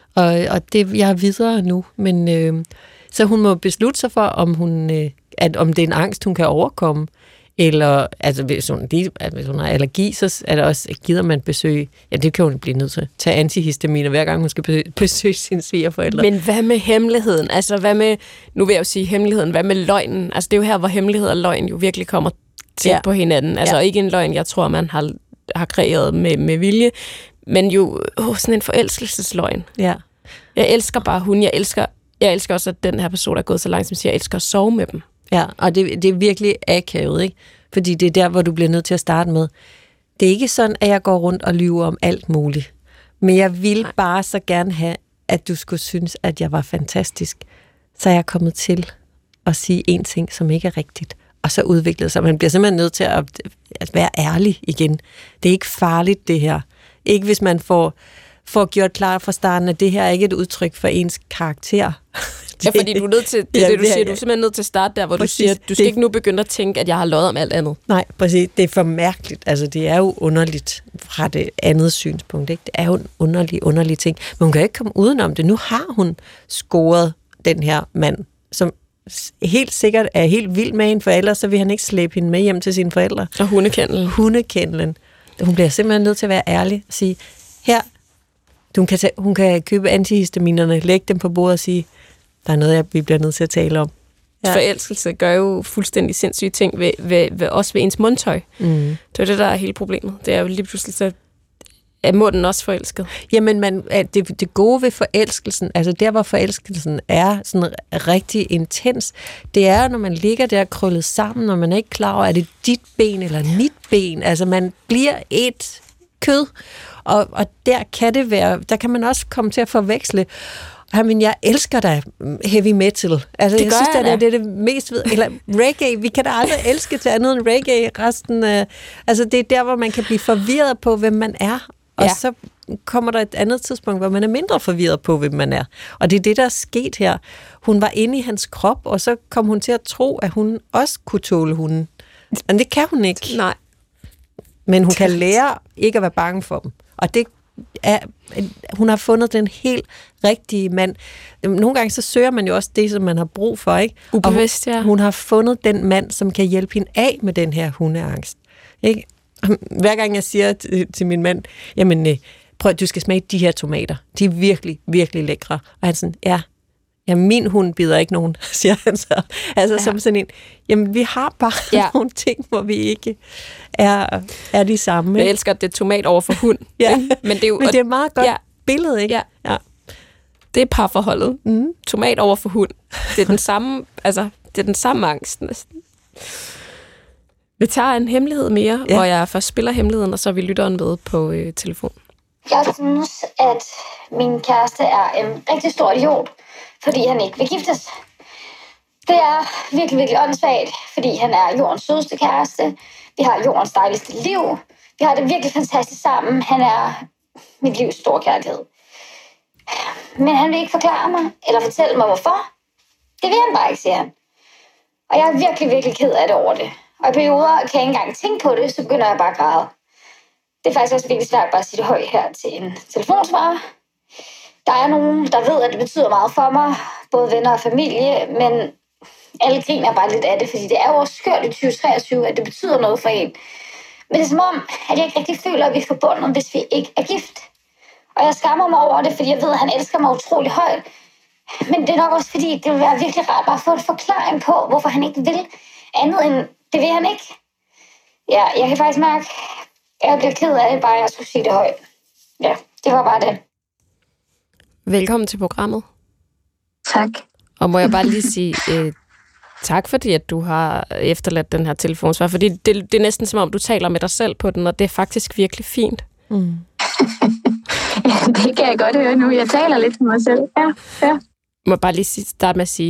S5: Og det, jeg er videre nu, men så hun må beslutte sig for, om det er en angst, hun kan overkomme. Eller, altså hvis hun har allergi, så er der også, gider man besøge, ja det kan hun blive nødt til, tage antihistaminer hver gang hun skal besøge sine svigerforældre.
S4: Men hvad med hemmeligheden? Altså hvad med, nu vil jeg jo sige hemmeligheden, hvad med løgnen? Altså det er jo her, hvor hemmelighed og løgn jo virkelig kommer tæt på hinanden. Altså ikke en løgn, jeg tror, man har kreeret med vilje, men jo sådan en forelskelsesløgn.
S5: Ja.
S4: Jeg elsker bare hunden, jeg elsker også, at den her person er gået så langt, som siger, jeg elsker at sove med dem.
S5: Ja, og det er virkelig akavet, ikke? Fordi det er der, hvor du bliver nødt til at starte med. Det er ikke sådan, at jeg går rundt og lyver om alt muligt. Men jeg vil bare så gerne have, at du skulle synes, at jeg var fantastisk. Så er jeg kommet til at sige en ting, som ikke er rigtigt. Og så udviklet sig. Man bliver simpelthen nødt til at være ærlig igen. Det er ikke farligt, det her. Ikke hvis man får gjort klart fra starten, at det her er ikke et udtryk for ens karakter.
S4: Ja, fordi du er nødt til, det du siger, du er simpelthen nødt til at starte der, hvor præcis, du siger, du skal ikke nu begynde at tænke, at jeg har løjet om alt andet.
S5: Nej, præcis. Det er for mærkeligt. Altså, det er jo underligt fra det andet synspunkt, ikke? Det er jo en underlig ting. Men hun kan ikke komme udenom det. Nu har hun scoret den her mand, som helt sikkert er helt vild med hende, for ellers så vil han ikke slæbe hende med hjem til sine forældre.
S4: Og
S5: Hundekendlen. Hun bliver simpelthen nødt til at være ærlig og sige, her, hun kan købe antihistaminerne, lægge dem på bordet og sige, der er noget, vi bliver nødt til at tale om.
S4: Ja. Forelskelse gør jo fuldstændig sindssyge ting også ved ens mundtøj. Mm. Det er det, der er hele problemet. Det er jo lige pludselig, så er munden også forelsket.
S5: Jamen, det gode ved forelskelsen, altså der, hvor forelskelsen er sådan rigtig intens, det er, når man ligger der krøllet sammen, og man er ikke klar over, er det dit ben eller mit ben? Altså, man bliver et kød, og der kan det være, der kan man også komme til at forveksle. Men jeg elsker da heavy metal. Altså, jeg synes, det er det mest ved. Eller reggae. Vi kan da aldrig elske til andet end reggae. Resten altså, det er der, hvor man kan blive forvirret på, hvem man er. Og så kommer der et andet tidspunkt, hvor man er mindre forvirret på, hvem man er. Og det er det, der er sket her. Hun var inde i hans krop, og så kom hun til at tro, at hun også kunne tåle hunden. Men det kan hun ikke.
S4: Nej.
S5: Men hun kan lære ikke at være bange for dem. Og det hun har fundet den helt rigtige mand. Nogle gange så søger man jo også det, som man har brug for, ikke?
S4: Ubevidst, ja.
S5: Hun har fundet den mand, som kan hjælpe hende af med den her hundeangst. Ikke? Hver gang jeg siger til min mand, jamen prøv, du skal smage de her tomater. De er virkelig, virkelig lækre. Og han sådan, ja, min hund bider ikke nogen, siger han så. Altså som sådan en, jamen vi har bare nogle ting, hvor vi ikke er de samme.
S4: Jeg elsker, at det er tomat over for hund.
S5: Men det er et meget godt billede, ikke?
S4: Ja. Det er parforholdet. Mm. Tomat over for hund. Det er den samme, altså, det er den samme angst næsten. Vi tager en hemmelighed mere, hvor jeg først spiller hemmeligheden, og så vi lytter med på telefon.
S3: Jeg synes, at min kæreste er en rigtig stor idiot, fordi han ikke vil giftes. Det er virkelig, virkelig åndssvagt, fordi han er jordens sødeste kæreste. Vi har jordens dejligste liv. Vi har det virkelig fantastisk sammen. Han er mit livs store kærlighed. Men han vil ikke forklare mig, eller fortælle mig, hvorfor. Det vil han bare ikke, siger han. Og jeg er virkelig, virkelig ked af det over det. Og i perioder kan jeg ikke engang tænke på det, så begynder jeg bare at græde. Det er faktisk også virkelig svært bare at sige det højt her til en telefonsvarer. Der er nogen, der ved, at det betyder meget for mig, både venner og familie, men alle griner bare lidt af det, fordi det er jo også skørt i 2023, at det betyder noget for en. Men det er som om, at jeg ikke rigtig føler, at vi er forbundet, hvis vi ikke er gift. Og jeg skammer mig over det, fordi jeg ved, at han elsker mig utrolig højt. Men det er nok også, fordi det vil være virkelig rart bare at få en forklaring på, hvorfor han ikke vil andet end det vil han ikke. Ja, jeg kan faktisk mærke, at jeg bliver ked af det, bare jeg skulle sige det højt. Ja, det var bare det.
S4: Velkommen til programmet.
S1: Tak.
S4: Og må jeg bare lige sige tak, fordi at du har efterladt den her telefonsvar, fordi det er næsten som om, du taler med dig selv på den, og det er faktisk virkelig fint.
S1: Mm. Ja, det kan jeg godt høre nu. Jeg taler lidt for mig selv. Ja.
S4: Må jeg bare lige starte med at sige,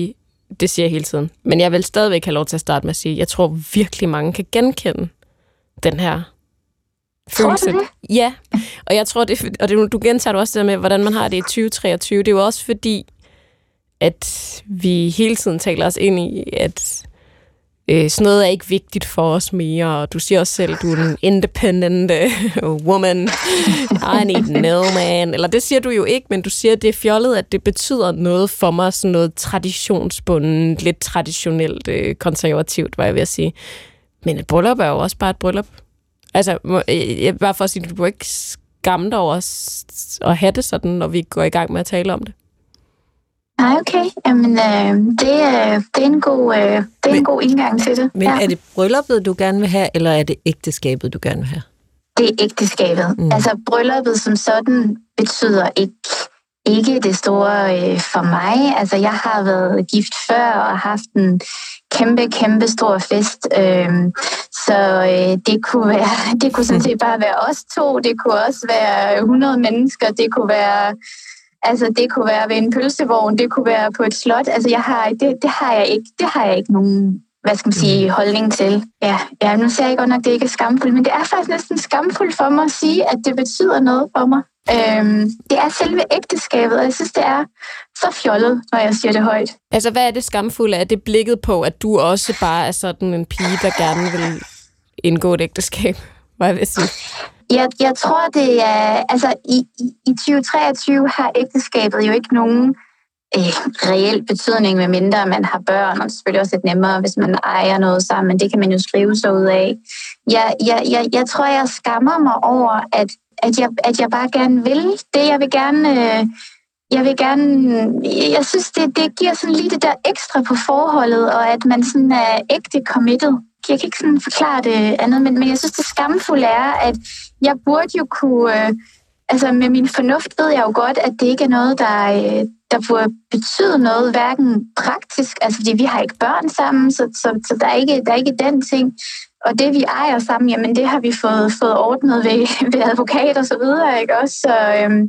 S4: det siger jeg hele tiden. Men jeg vil stadigvæk have lov til at starte med at sige, jeg tror virkelig mange kan genkende den her følelse.
S8: Tror du det?
S4: Ja, og jeg tror, du gentager også det med, hvordan man har det i 2023. Det er jo også fordi, at vi hele tiden taler os ind i, at sådan noget er ikke vigtigt for os mere, og du siger også selv, du er en independent woman, I need no man, eller det siger du jo ikke, men du siger, at det er fjollet, at det betyder noget for mig, sådan noget traditionsbundet, lidt traditionelt konservativt, var jeg ved at sige. Men et bryllup er jo også bare et bryllup. Altså, bare for at sige, at du må ikke skamme dig over at have det sådan, når vi går i gang med at tale om det.
S8: Nej, okay. Jamen, det er en god indgang til det.
S5: Men er det brylluppet, du gerne vil have, eller er det ægteskabet, du gerne vil have?
S8: Det er ægteskabet. Altså, brylluppet som sådan betyder ikke det store for mig. Altså, jeg har været gift før og haft en kæmpe stor fest. Så det kunne sådan set bare være os to. Det kunne også være 100 mennesker. Det kunne være ved en pølsevogn. Det kunne være på et slot. Altså, det har jeg ikke nogen, hvad skal man sige, holdning til. Ja, nu ser jeg godt nok, det ikke er skamfuldt, men det er faktisk næsten skamfuldt for mig at sige, at det betyder noget for mig. Det er selve ægteskabet, og jeg synes, det er så fjollet, når jeg siger det højt.
S4: Altså, hvad er det skamfulde? Er det blikket på, at du også bare er sådan en pige, der gerne vil indgå et ægteskab? Hvad jeg vil sige?
S8: Jeg tror, det er... Altså, i 2023 har ægteskabet jo ikke nogen reel betydning, medmindre man har børn, og det er selvfølgelig også lidt nemmere, hvis man ejer noget sammen, men det kan man jo skrive sig ud af. Jeg tror, jeg skammer mig over, at jeg bare gerne vil det. Jeg synes, det giver sådan lige det der ekstra på forholdet, og at man sådan er ægte committed. Jeg kan ikke sådan forklare det andet, men jeg synes, det skamfulde er, at jeg burde jo kunne... Altså med min fornuft ved jeg jo godt, at det ikke er noget, der burde betyde noget, hverken praktisk, altså fordi vi har ikke børn sammen, så der er ikke den ting. Og det, vi ejer sammen, jamen det har vi fået ordnet ved advokat og så videre, ikke også? Så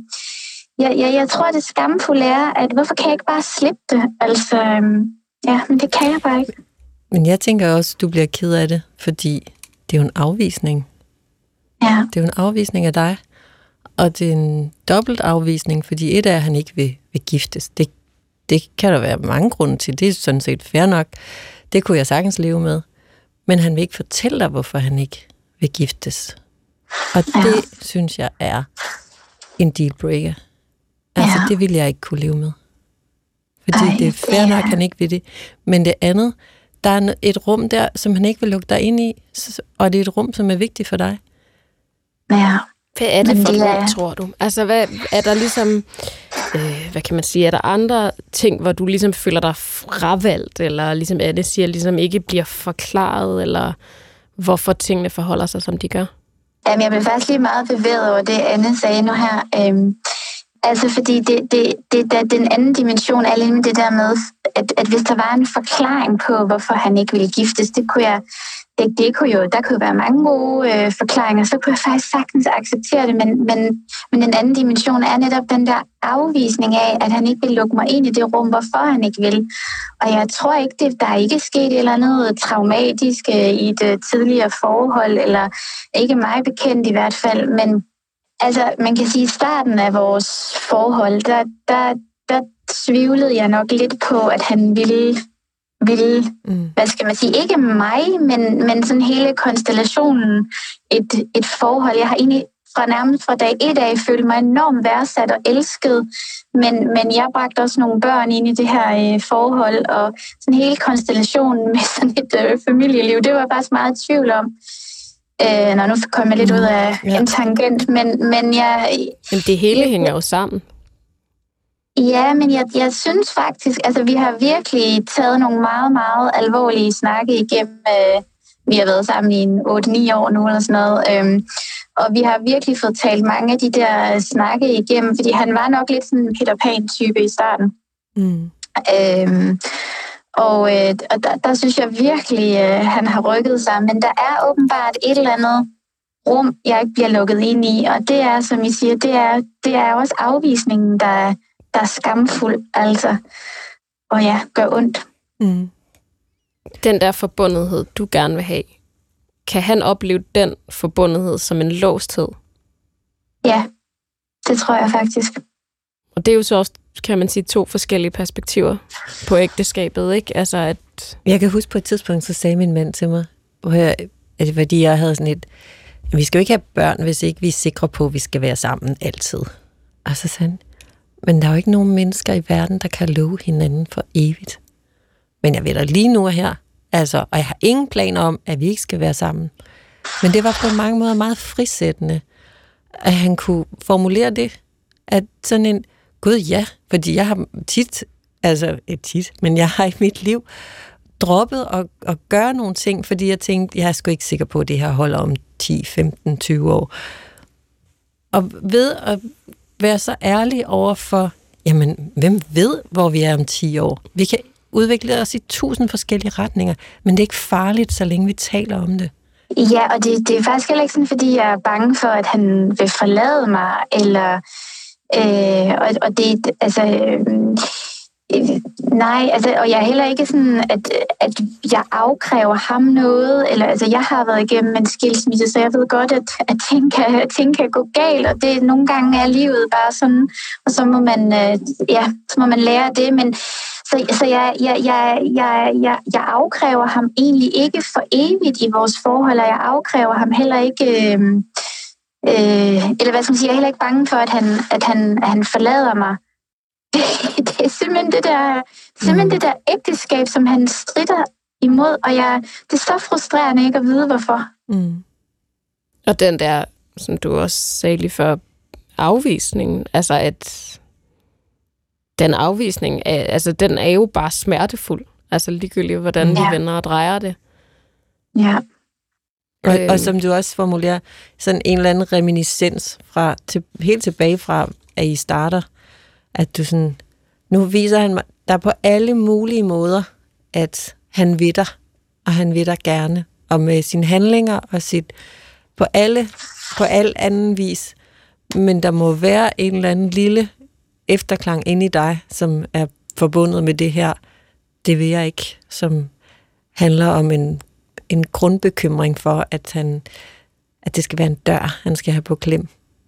S8: jeg tror, det skamfulde er, at hvorfor kan jeg ikke bare slippe det? Altså, men det kan jeg bare ikke.
S5: Men jeg tænker også, at du bliver ked af det, fordi det er jo en afvisning.
S8: Ja.
S5: Det er jo en afvisning af dig. Og det er en dobbelt afvisning, fordi et er, at han ikke vil giftes. Det kan der være mange grunde til. Det er sådan set fair nok. Det kunne jeg sagtens leve med. Men han vil ikke fortælle dig, hvorfor han ikke vil giftes. Og det, synes jeg, er en dealbreaker. Altså, det vil jeg ikke kunne leve med. Fordi det er fair nok, han ikke vil det. Men det andet, der er et rum der, som han ikke vil lukke dig ind i, og det er et rum, som er vigtigt for dig.
S8: Ja.
S4: Hvad er det for rum, tror du? Altså, hvad er der ligesom, hvad kan man sige, er der andre ting, hvor du ligesom føler dig fravalgt, eller ligesom Anne siger, ligesom ikke bliver forklaret, eller hvorfor tingene forholder sig, som de gør?
S8: Jamen, jeg blev faktisk lige meget bevæget over det, Anne sagde nu her. Altså, fordi det er den anden dimension, alene med det der med, at hvis der var en forklaring på, hvorfor han ikke ville giftes, der kunne være mange gode forklaringer, så kunne jeg faktisk sagtens acceptere det, men den anden dimension er netop den der afvisning af, at han ikke vil lukke mig ind i det rum, hvorfor han ikke vil. Og jeg tror ikke, der er ikke sket et eller andet traumatisk i et tidligere forhold, eller ikke mig bekendt i hvert fald, men altså, man kan sige, at i starten af vores forhold, der tvivlede jeg nok lidt på, at han ville hvad skal man sige, ikke mig, men sådan hele konstellationen, et forhold. Jeg har egentlig nærmest fra dag 1 af følt mig enormt værdsat og elsket, men jeg bragte også nogle børn ind i det her forhold, og sådan hele konstellationen med sådan et familieliv, det var jeg faktisk meget i tvivl om. Nu kom jeg lidt ud af en tangent, men jeg...
S4: Men det hele hænger jo sammen.
S8: Ja, men jeg synes faktisk, altså vi har virkelig taget nogle meget, meget alvorlige snakke igennem. Vi har været sammen i 8-9 år nu eller sådan noget. Og vi har virkelig fået talt mange af de der snakke igennem, fordi han var nok lidt sådan en Peter Pan-type i starten. Og der synes jeg virkelig, han har rykket sig. Men der er åbenbart et eller andet rum, jeg ikke bliver lukket ind i. Og det er, som I siger, det er også afvisningen, der er skamfuld, altså. Og ja, gør ondt.
S4: Mm. Den der forbundethed, du gerne vil have, kan han opleve den forbundethed som en låsthed?
S8: Ja, det tror jeg faktisk.
S4: Og det er jo så også, kan man sige, 2 forskellige perspektiver på ægteskabet, ikke? Altså at...
S5: Jeg kan huske på et tidspunkt, så sagde min mand til mig, fordi jeg havde sådan et, vi skal jo ikke have børn, hvis ikke vi er sikre på, at vi skal være sammen altid. Og så sagde han, men der er jo ikke nogen mennesker i verden, der kan love hinanden for evigt. Men jeg ved da lige nu og her, altså, og jeg har ingen planer om, at vi ikke skal være sammen. Men det var på mange måder meget frisættende, at han kunne formulere det, at sådan en, gud ja, fordi jeg har men jeg har i mit liv droppet at gøre nogle ting, fordi jeg tænkte, jeg er sgu ikke sikker på, at det her holder om 10, 15, 20 år. Og ved at være så ærlig over for, jamen, hvem ved, hvor vi er om 10 år? Vi kan udvikle os i 1000 forskellige retninger, men det er ikke farligt, så længe vi taler om det.
S8: Ja, og det er faktisk heller ikke sådan, fordi jeg er bange for, at han vil forlade mig, eller og det, altså, nej, altså, og jeg er heller ikke sådan, at jeg afkræver ham noget, eller altså, jeg har været igennem en skilsmisse, så jeg ved godt, at ting kan gå galt, og det nogle gange er livet bare sådan, og så må man lære det, men så jeg afkræver ham egentlig ikke for evigt i vores forhold, og jeg afkræver ham heller ikke, eller hvad skal man sige, jeg er heller ikke bange for, at han forlader mig. Det er simpelthen det der ægteskab, som han stritter imod, og det er så frustrerende ikke at vide, hvorfor.
S4: Mm. Og den der, som du også sagde lige før, afvisningen, altså at den afvisning, altså den er jo bare smertefuld, altså ligegyldigt, hvordan vi vender og drejer det.
S8: Ja.
S5: Og som du også formulerer, sådan en eller anden reminiscens helt tilbage fra, at I starter, at du sådan, nu viser han mig, der på alle mulige måder, at han vil dig, og han vil dig gerne, og med sine handlinger og på al anden vis, men der må være en eller anden lille efterklang inde i dig, som er forbundet med det her, det vil jeg ikke, som handler om en grundbekymring for, at det skal være en dør, han skal have på klem.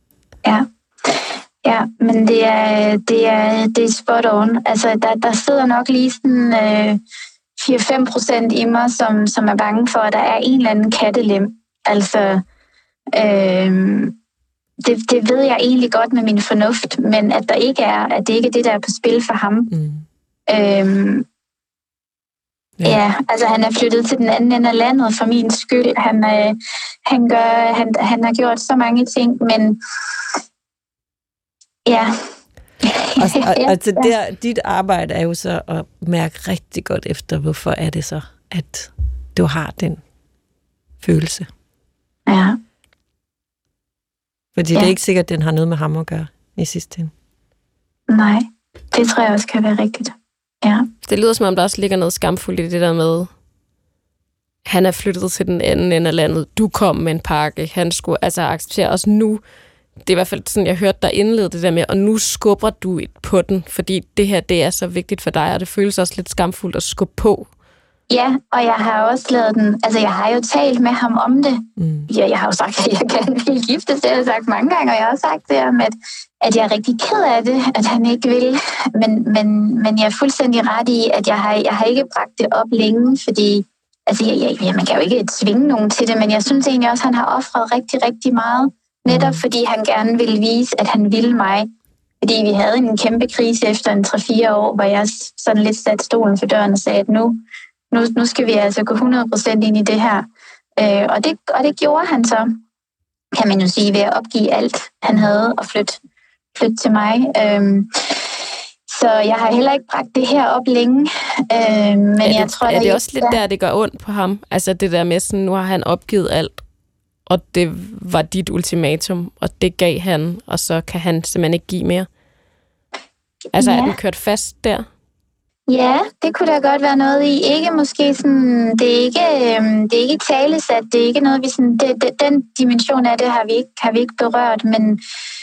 S8: Ja, men det er spot on. Altså, der sidder nok lige sådan 4-5% i mig, som er bange for, at der er en eller anden kattelem. Altså, det ved jeg egentlig godt med min fornuft, men at det ikke er det, der er på spil for ham. Mm. Ja, altså han er flyttet til den anden ende af landet for min skyld. Han har gjort så mange ting, men ja.
S5: Dit arbejde er jo så at mærke rigtig godt efter, hvorfor er det så, at du har den følelse.
S8: Ja.
S5: Fordi det er ikke sikkert, at den har noget med ham at gøre i sidste ende.
S8: Nej, det tror jeg også kan være rigtigt. Ja.
S4: Det lyder som om, der også ligger noget skamfuldt i det der med, han er flyttet til den anden ende af landet, du kom med en pakke, han skulle altså acceptere os nu. Det er i hvert fald sådan, jeg hørte dig indlede det der med, og nu skubber du på den, fordi det her, det er så vigtigt for dig, og det føles også lidt skamfuldt at skubbe på.
S8: Ja, og jeg har også lavet den, altså jeg har jo talt med ham om det. Mm. Ja, jeg har jo sagt, at jeg gerne vil giftes, det har jeg sagt mange gange, og jeg har også sagt det om, at jeg er rigtig ked af det, at han ikke vil. Men jeg er fuldstændig ret i, at jeg har ikke bragt det op længe, fordi altså, man kan jo ikke tvinge nogen til det, men jeg synes egentlig også, at han har offret rigtig, rigtig meget. Netop fordi han gerne ville vise, at han ville mig. Fordi vi havde en kæmpe krise efter 3-4 år, hvor jeg sådan lidt satte stolen for døren og sagde, at nu skal vi altså gå 100% ind i det her. Og det gjorde han så, kan man jo sige, ved at opgive alt, han havde og flytte til mig. Så jeg har heller ikke bragt det her op længe. Jeg tror,
S4: er det også lidt der, det gør ondt på ham? Altså det der med, sådan, nu har han opgivet alt, og det var dit ultimatum, og det gav han, og så kan han simpelthen ikke give mere. Altså er den kørt fast der?
S8: Ja, det kunne der godt være noget i. Ikke måske sådan, det er ikke talesat, det er ikke noget, vi sådan, den dimension af det har vi ikke berørt, men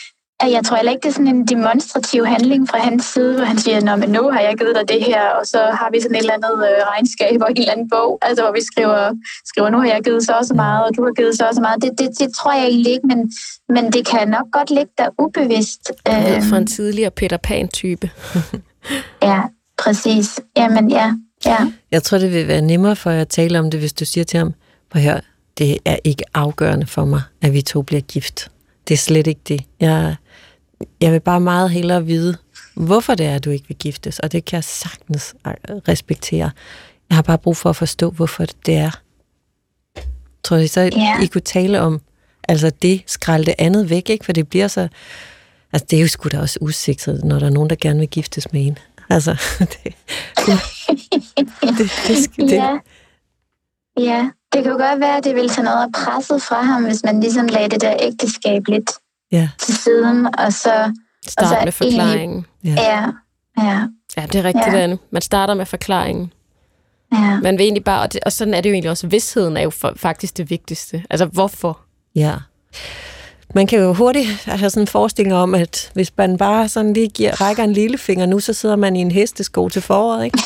S8: Jeg tror heller ikke, det er sådan en demonstrativ handling fra hans side, hvor han siger, nå, men nu har jeg givet dig det her, og så har vi sådan et eller andet regnskab og en eller anden bog, altså hvor vi skriver, nu har jeg givet så meget, og du har givet så meget. Det tror jeg egentlig ikke, men det kan nok godt ligge der ubevidst.
S4: For en tidligere Peter Pan-type.
S8: Ja, præcis. Jamen, ja.
S5: Jeg tror, det vil være nemmere for at tale om det, hvis du siger til ham, hør, det er ikke afgørende for mig, at vi to bliver gift. Det er slet ikke det. Jeg vil bare meget hellere vide, hvorfor det er, at du ikke vil giftes, og det kan jeg sagtens respektere. Jeg har bare brug for at forstå, hvorfor det er. Tror jeg så, I kunne tale om, altså det skralde det andet væk, ikke? For det bliver så... Altså, det er jo sgu da også usikret, når der er nogen, der gerne vil giftes med en. Altså,
S8: Ja, det kan jo godt være, at det vil tage noget af presset fra ham, hvis man ligesom lagde det der ægteskab lidt til siden, og så...
S4: Start med forklaringen.
S8: Ja,
S4: det er rigtigt, Anne. Man starter med forklaringen.
S8: Ja.
S4: Man vil egentlig bare, og sådan er det jo egentlig også, vidsheden er jo faktisk det vigtigste. Altså, hvorfor?
S5: Ja. Man kan jo hurtigt have sådan en forestilling om, at hvis man bare sådan lige rækker en lillefinger nu, så sidder man i en hestesko til foråret, ikke?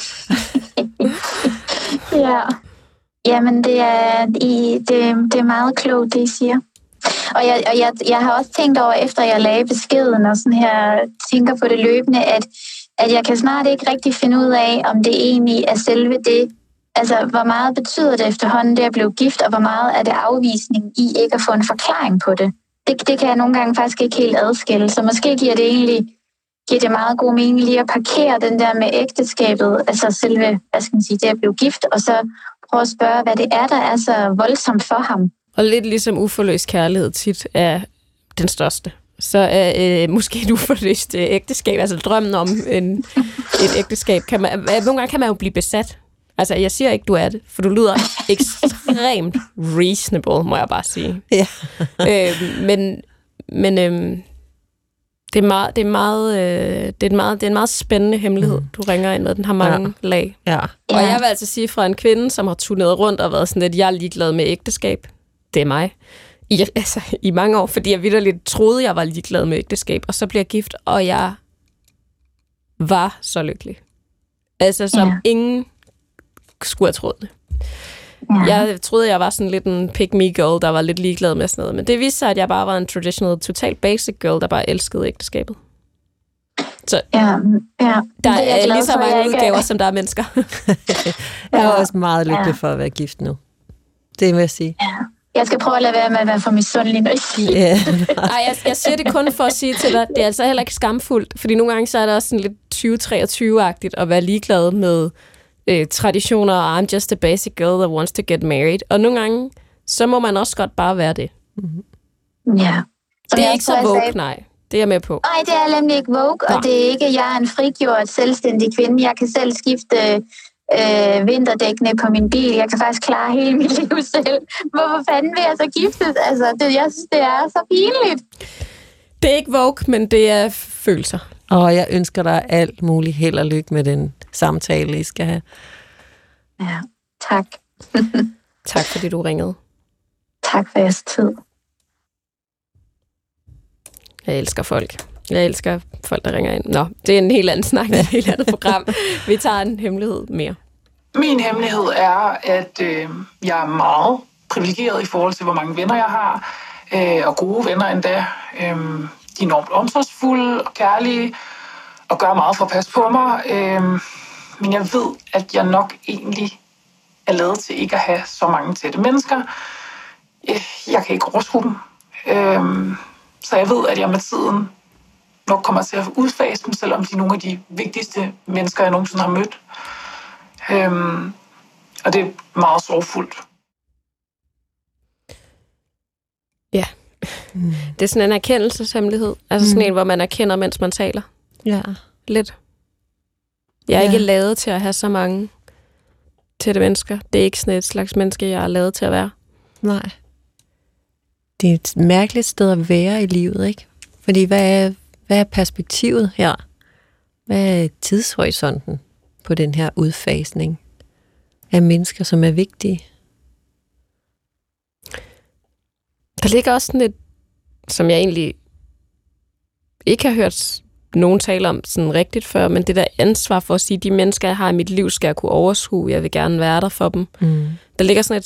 S8: Ja. Jamen, det er meget klogt, det I siger. Og jeg har også tænkt over, efter jeg lagde beskeden og sådan her tænker på det løbende, at jeg kan snart ikke rigtig finde ud af, om det egentlig er selve det. Altså, hvor meget betyder det efterhånden, det at blive gift, og hvor meget er det afvisning i ikke at få en forklaring på det? Det kan jeg nogle gange faktisk ikke helt adskille, så måske giver det meget god mening lige at parkere den der med ægteskabet, altså selve, det at blive gift, og så prøve at spørge, hvad det er, der er så voldsomt for ham.
S4: Og lidt ligesom uforløst kærlighed tit er den største. Så er måske et uforløst ægteskab, altså drømmen om et ægteskab, nogle gange kan man jo blive besat. Altså, jeg siger ikke, du er det, for du lyder ekstremt reasonable, må jeg bare sige.
S5: Ja.
S4: Men det er en meget spændende hemmelighed, du ringer ind med. Den har mange lag.
S5: Ja.
S4: Og jeg vil altså sige fra en kvinde, som har turneret rundt og været sådan lidt, jeg er ligeglad med ægteskab. Det er mig. I mange år, fordi jeg vitterligt troede, jeg var ligeglad med ægteskab, og så blev jeg gift, og jeg var så lykkelig. Altså, som ingen skulle have troet det. Ja. Jeg troede, jeg var sådan lidt en pick-me-girl, der var lidt ligeglad med sådan noget, men det viste sig, at jeg bare var en traditional, total basic girl, der bare elskede ægteskabet. Så der er lige så mange udgaver, som der er mennesker.
S5: Jeg er også meget lykkelig for at være gift nu. Det vil jeg sige.
S8: Ja. Jeg skal prøve at lade være med at være for misundelig, når jeg siger det.
S4: Jeg siger det kun for at sige til dig, det er altså heller ikke skamfuldt, fordi nogle gange så er det også sådan lidt 2023-agtigt at være ligeglad med traditioner, og I'm just a basic girl that wants to get married. Og nogle gange, så må man også godt bare være det.
S8: Ja.
S4: Det er ikke så woke, nej. Det er jeg med på.
S8: Nej, det er nemlig ikke woke, og det er ikke, jeg er en frigjort, selvstændig kvinde. Jeg kan selv skifte vinterdækkene på min bil. Jeg kan faktisk klare hele mit liv selv. Hvorfor fanden vil jeg så giftes? Altså, jeg synes, det er så pinligt.
S4: Det er ikke woke, men det er følelser.
S5: Og jeg ønsker dig alt muligt held og lykke med den samtale, I skal have.
S8: Ja, tak.
S4: Tak, fordi du ringede.
S8: Tak for jeres tid.
S4: Jeg elsker folk. Jeg elsker folk, der ringer ind. Nå, det er en helt anden snak, et helt andet program. Vi tager en hemmelighed mere.
S7: Min hemmelighed er, at jeg er meget privilegeret i forhold til, hvor mange venner jeg har, og gode venner endda. De er enormt omsorgsfulde og kærlige, og gør meget for at passe på mig. Men jeg ved, at jeg nok egentlig er lavet til ikke at have så mange tætte mennesker. Jeg kan ikke overskue dem. Så jeg ved, at jeg med tiden nok kommer til at udfase dem, selvom de er nogle af de vigtigste mennesker, jeg nogensinde har mødt. Og det er meget sorgfuldt.
S4: Ja. Det er sådan en erkendelseshemmelighed. Altså sådan en, hvor man erkender, mens man taler.
S5: Ja.
S4: Lidt. Jeg er ikke lavet til at have så mange tætte mennesker. Det er ikke sådan et slags menneske, jeg er lavet til at være.
S5: Nej. Det er et mærkeligt sted at være i livet, ikke? Fordi hvad er perspektivet her? Hvad er tidshorisonten på den her udfasning af mennesker, som er vigtige?
S4: Der ligger også sådan et, som jeg egentlig ikke har hørt nogen tale om sådan rigtigt før, men det der ansvar for at sige, de mennesker, jeg har i mit liv, skal jeg kunne overskue, jeg vil gerne være der for dem. Der ligger sådan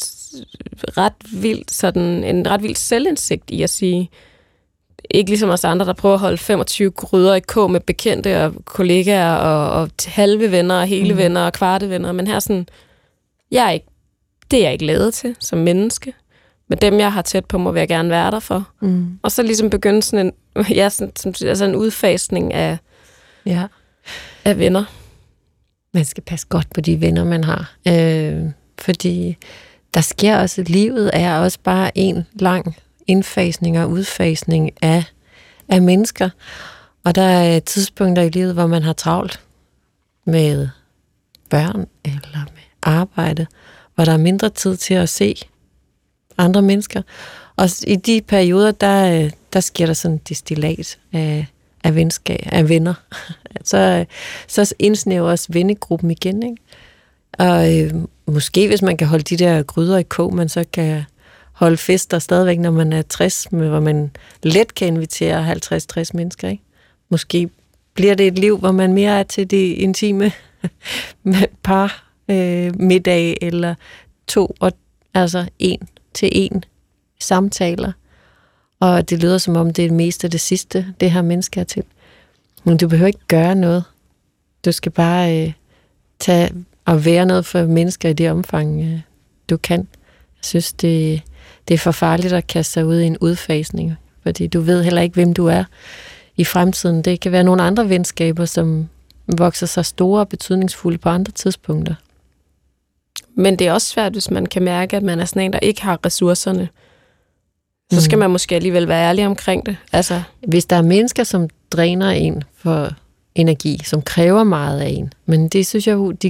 S4: en ret vild selvindsigt i at sige, ikke ligesom os andre, der prøver at holde 25 gryder i kog med bekendte og kollegaer og halve venner og hele venner og kvarte venner, men her sådan, det er jeg ikke lavet til som menneske. Men dem, jeg har tæt på, må jeg gerne være der for. Og så ligesom begynde sådan en udfasning af venner.
S5: Man skal passe godt på de venner, man har. Fordi der sker også, livet er også bare en lang indfasning og udfasning af mennesker. Og der er tidspunkter i livet, hvor man har travlt med børn eller med arbejde, hvor der er mindre tid til at se andre mennesker. Og i de perioder, der sker der sådan en destillat af venskab, af venner. Så indsnævres vennegruppen igen, ikke? Og måske hvis man kan holde de der gryder i kog, man så kan holde fester stadigvæk, når man er 60, hvor man let kan invitere 50-60 mennesker, ikke? Måske bliver det et liv, hvor man mere er til det intime par middag eller 2, altså 1-til-1 samtaler. Og det lyder som om, det er mest af det sidste, det her menneske er til. Men du behøver ikke gøre noget. Du skal bare tage og være noget for mennesker i det omfang, du kan. Jeg synes, det er for farligt at kaste sig ud i en udfasning, fordi du ved heller ikke, hvem du er i fremtiden. Det kan være nogle andre venskaber, som vokser sig store og betydningsfulde på andre tidspunkter.
S4: Men det er også svært, hvis man kan mærke, at man er sådan en, der ikke har ressourcerne. Så skal man måske alligevel være ærlig omkring det. Altså,
S5: hvis der er mennesker, som dræner en for energi, som kræver meget af en, men det synes jeg jo,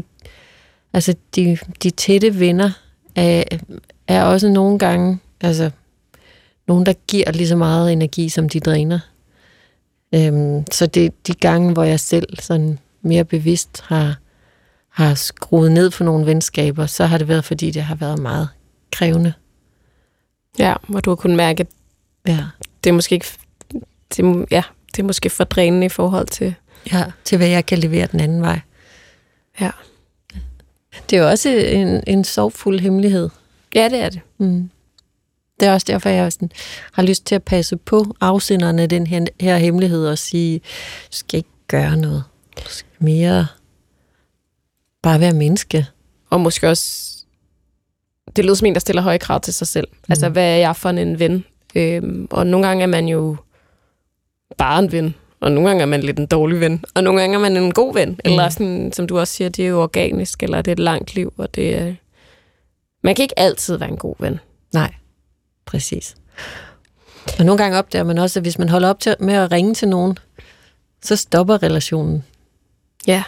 S5: de tætte venner er også nogle gange, altså nogen, der giver lige så meget energi, som de dræner. Så det er de gange, hvor jeg selv sådan mere bevidst har skruet ned for nogle venskaber, så har det været, fordi det har været meget krævende.
S4: Ja, hvor du har kunnet mærke, at det er måske ikke, det er måske for drænende i forhold til...
S5: Ja, til hvad jeg kan levere den anden vej.
S4: Ja.
S5: Det er jo også en sorgfuld hemmelighed.
S4: Ja, det er det.
S5: Det er også derfor, jeg sådan, har lyst til at passe på afsenderne af den her hemmelighed og sige, du skal ikke gøre noget. Du skal mere bare være menneske.
S4: Og måske også, det lyder som en, der stiller høje krav til sig selv. Altså, hvad er jeg for en ven? Og nogle gange er man jo bare en ven, og nogle gange er man lidt en dårlig ven, og nogle gange er man en god ven. Eller sådan, som du også siger, det er jo organisk, eller det er et langt liv, og det er... Man kan ikke altid være en god ven.
S5: Nej, præcis. Og nogle gange opdager man også, at hvis man holder op med at ringe til nogen, så stopper relationen.
S4: Ja.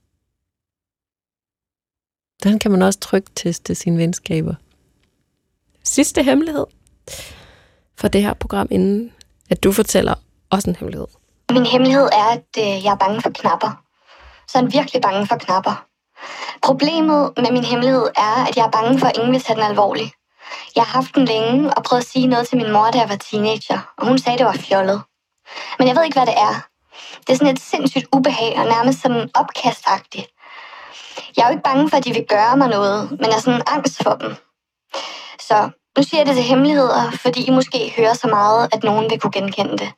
S5: Den kan man også trygt teste sine venskaber.
S4: Sidste hemmelighed for det her program, inden at du fortæller også en hemmelighed.
S3: Min hemmelighed er, at jeg er bange for knapper. Så er jeg virkelig bange for knapper. Problemet med min hemmelighed er, at jeg er bange for, at ingen vil tage den alvorligt. Jeg har haft den længe og prøvet at sige noget til min mor, da jeg var teenager, og hun sagde, at det var fjollet. Men jeg ved ikke, hvad det er. Det er sådan et sindssygt ubehag og nærmest sådan opkastagtigt. Jeg er jo ikke bange for, at de vil gøre mig noget, men jeg er sådan angst for dem. Så nu siger jeg det til hemmeligheder, fordi I måske hører så meget, at nogen vil kunne genkende det.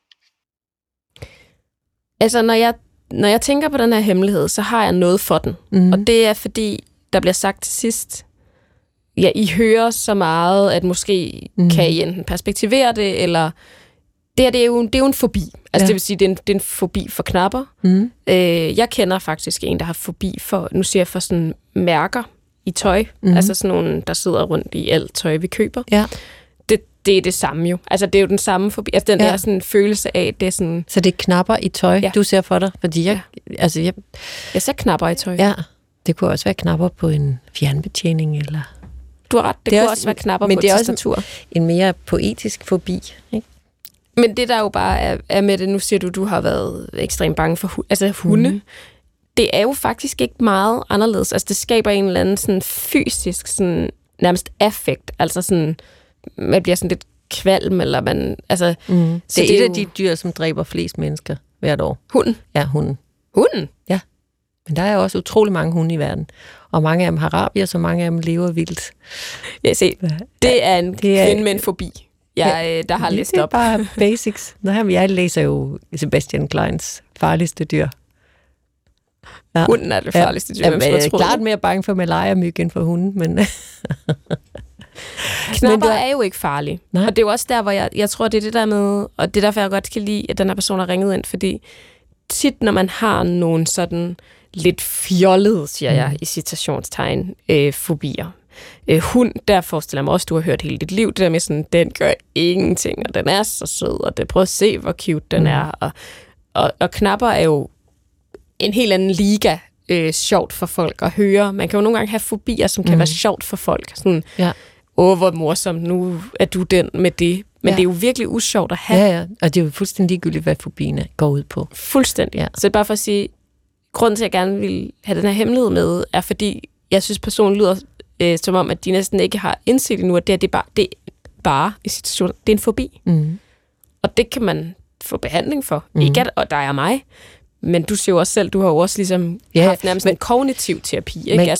S4: Altså, når jeg tænker på den her hemmelighed, så har jeg noget for den. Og det er, fordi der bliver sagt til sidst, ja, I hører så meget, at måske kan I enten perspektivere det, eller det er jo en fobi. Altså, det vil sige, det er en fobi for knapper. Jeg kender faktisk en, der har fobi for, nu siger jeg for sådan mærker i tøj. Altså sådan nogle, der sidder rundt i alt tøj, vi køber. Ja. Det er det samme jo. Altså, det er jo den samme fobi. Altså, den der sådan følelse af, det er sådan...
S5: Så det er knapper i tøj, du ser for dig? Fordi jeg
S4: ser knapper i tøj.
S5: Ja, det kunne også være knapper på en fjernbetjening, eller...
S4: Du har ret, det kunne også være knapper på et tastatur.
S5: Men det er også en mere poetisk fobi, ikke?
S4: Men det der jo bare er med det, nu siger du har været ekstremt bange for hunde. Det er jo faktisk ikke meget anderledes. Altså, det skaber en eller anden sådan fysisk, sådan, nærmest affekt. Altså sådan... Man bliver sådan lidt kvalm, eller man... Altså,
S5: det er et af de dyr, som dræber flest mennesker. hvert år.
S4: Hunden?
S5: Ja, hunden.
S4: Hunden?
S5: Ja. Men der er også utrolig mange hunde i verden. Og mange af dem har rabier, så mange af dem lever vildt.
S4: Ja, se. Det er en kvinde med en fobi. Der har læst op.
S5: Det er bare basics. Jeg læser jo Sebastian Kleins Farligste dyr.
S4: Ja. Hunden er det farligste dyr.
S5: Jeg er klart mere bange for malaria-myg end for hunden, men...
S4: Knapper er jo ikke farlige. Nej. Og det er jo også der, hvor jeg tror, det er det der med, og det er derfor, jeg godt kan lide, at den her person har ringet ind, fordi tit, når man har nogle sådan lidt fjollede, siger jeg, i citationstegn, fobier. Hund, der forestiller mig også, du har hørt hele dit liv, det der med sådan, den gør ingenting, og den er så sød, og det prøver at se, hvor cute den er. Og knapper er jo en helt anden liga, sjovt for folk at høre. Man kan jo nogle gange have fobier, som kan være sjovt for folk. Sådan, hvor morsomt, nu er du den med det. Men det er jo virkelig usjovt at have.
S5: Ja, og det er jo fuldstændig ligegyldigt, hvad fobien går ud på.
S4: Fuldstændig. Ja. Så det er bare for at sige, grunden til, at jeg gerne vil have den her hemmelighed med, er fordi, jeg synes, personen lyder som om, at de næsten ikke har indsigt endnu, at det er bare i situationen, det er en fobi. Og det kan man få behandling for. Ikke at, og der er mig, men du siger jo også selv, du har jo også ligesom haft nærmest en kognitiv terapi, ikke?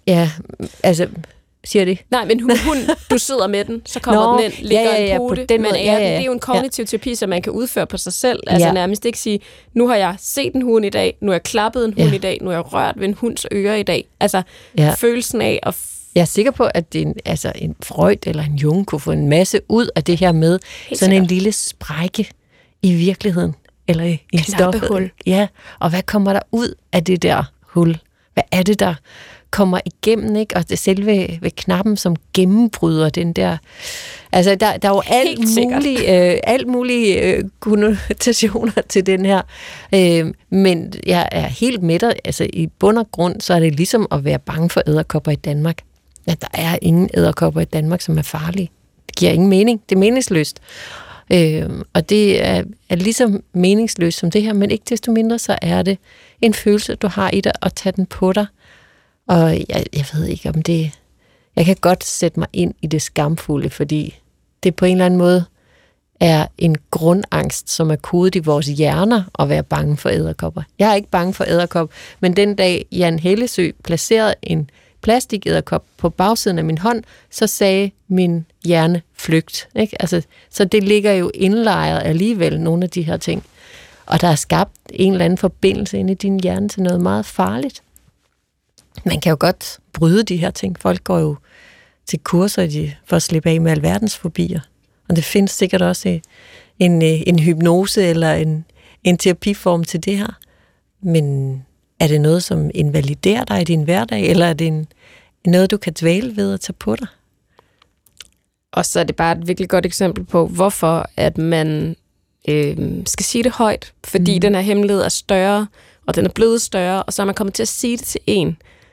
S5: Siger det?
S4: Nej, men hunden, du sidder med den, så kommer den ind, ligger en pote, men det er jo en kognitiv terapi, som man kan udføre på sig selv. Altså nærmest ikke sige, nu har jeg set en hund i dag, nu har jeg klappet en hund i dag, nu har jeg rørt ved en hunds øre i dag. Altså følelsen af at...
S5: Jeg er sikker på, at det en Freud eller en Jung kunne få en masse ud af det her med sådan en lille sprække i virkeligheden. Eller i stoffet. Ja, og hvad kommer der ud af det der hul? Hvad er det, der kommer igennem, ikke? Og det selve ved knappen, som gennembryder den der... Altså, der er jo alt mulige konnotationer til den her. Men jeg er helt med dig. Altså, i bund og grund, så er det ligesom at være bange for edderkopper i Danmark. Ja, der er ingen edderkopper i Danmark, som er farlige. Det giver ingen mening. Det er meningsløst. Og det er ligesom meningsløst som det her, men ikke desto mindre, så er det en følelse, du har i dig, at tage den på dig. Og jeg ved ikke om det... Jeg kan godt sætte mig ind i det skamfulde, fordi det på en eller anden måde er en grundangst, som er kodet i vores hjerner at være bange for edderkopper. Jeg er ikke bange for edderkopper, men den dag Jan Hellesø placerede en plastikederkop på bagsiden af min hånd, så sagde min hjerne flygt. Ikke? Altså, så det ligger jo indlejret alligevel, nogle af de her ting. Og der er skabt en eller anden forbindelse inde i din hjerne til noget meget farligt. Man kan jo godt bryde de her ting. Folk går jo til kurser for at slippe af med alverdens fobier. Og det findes sikkert også en hypnose eller en terapiform til det her. Men er det noget, som invaliderer dig i din hverdag, eller er det noget, du kan dvæle ved at tage på dig?
S4: Og så er det bare et virkelig godt eksempel på, hvorfor at man skal sige det højt. Fordi den her hemmelighed er større, og den er blevet større, og så er man kommet til at sige det til en,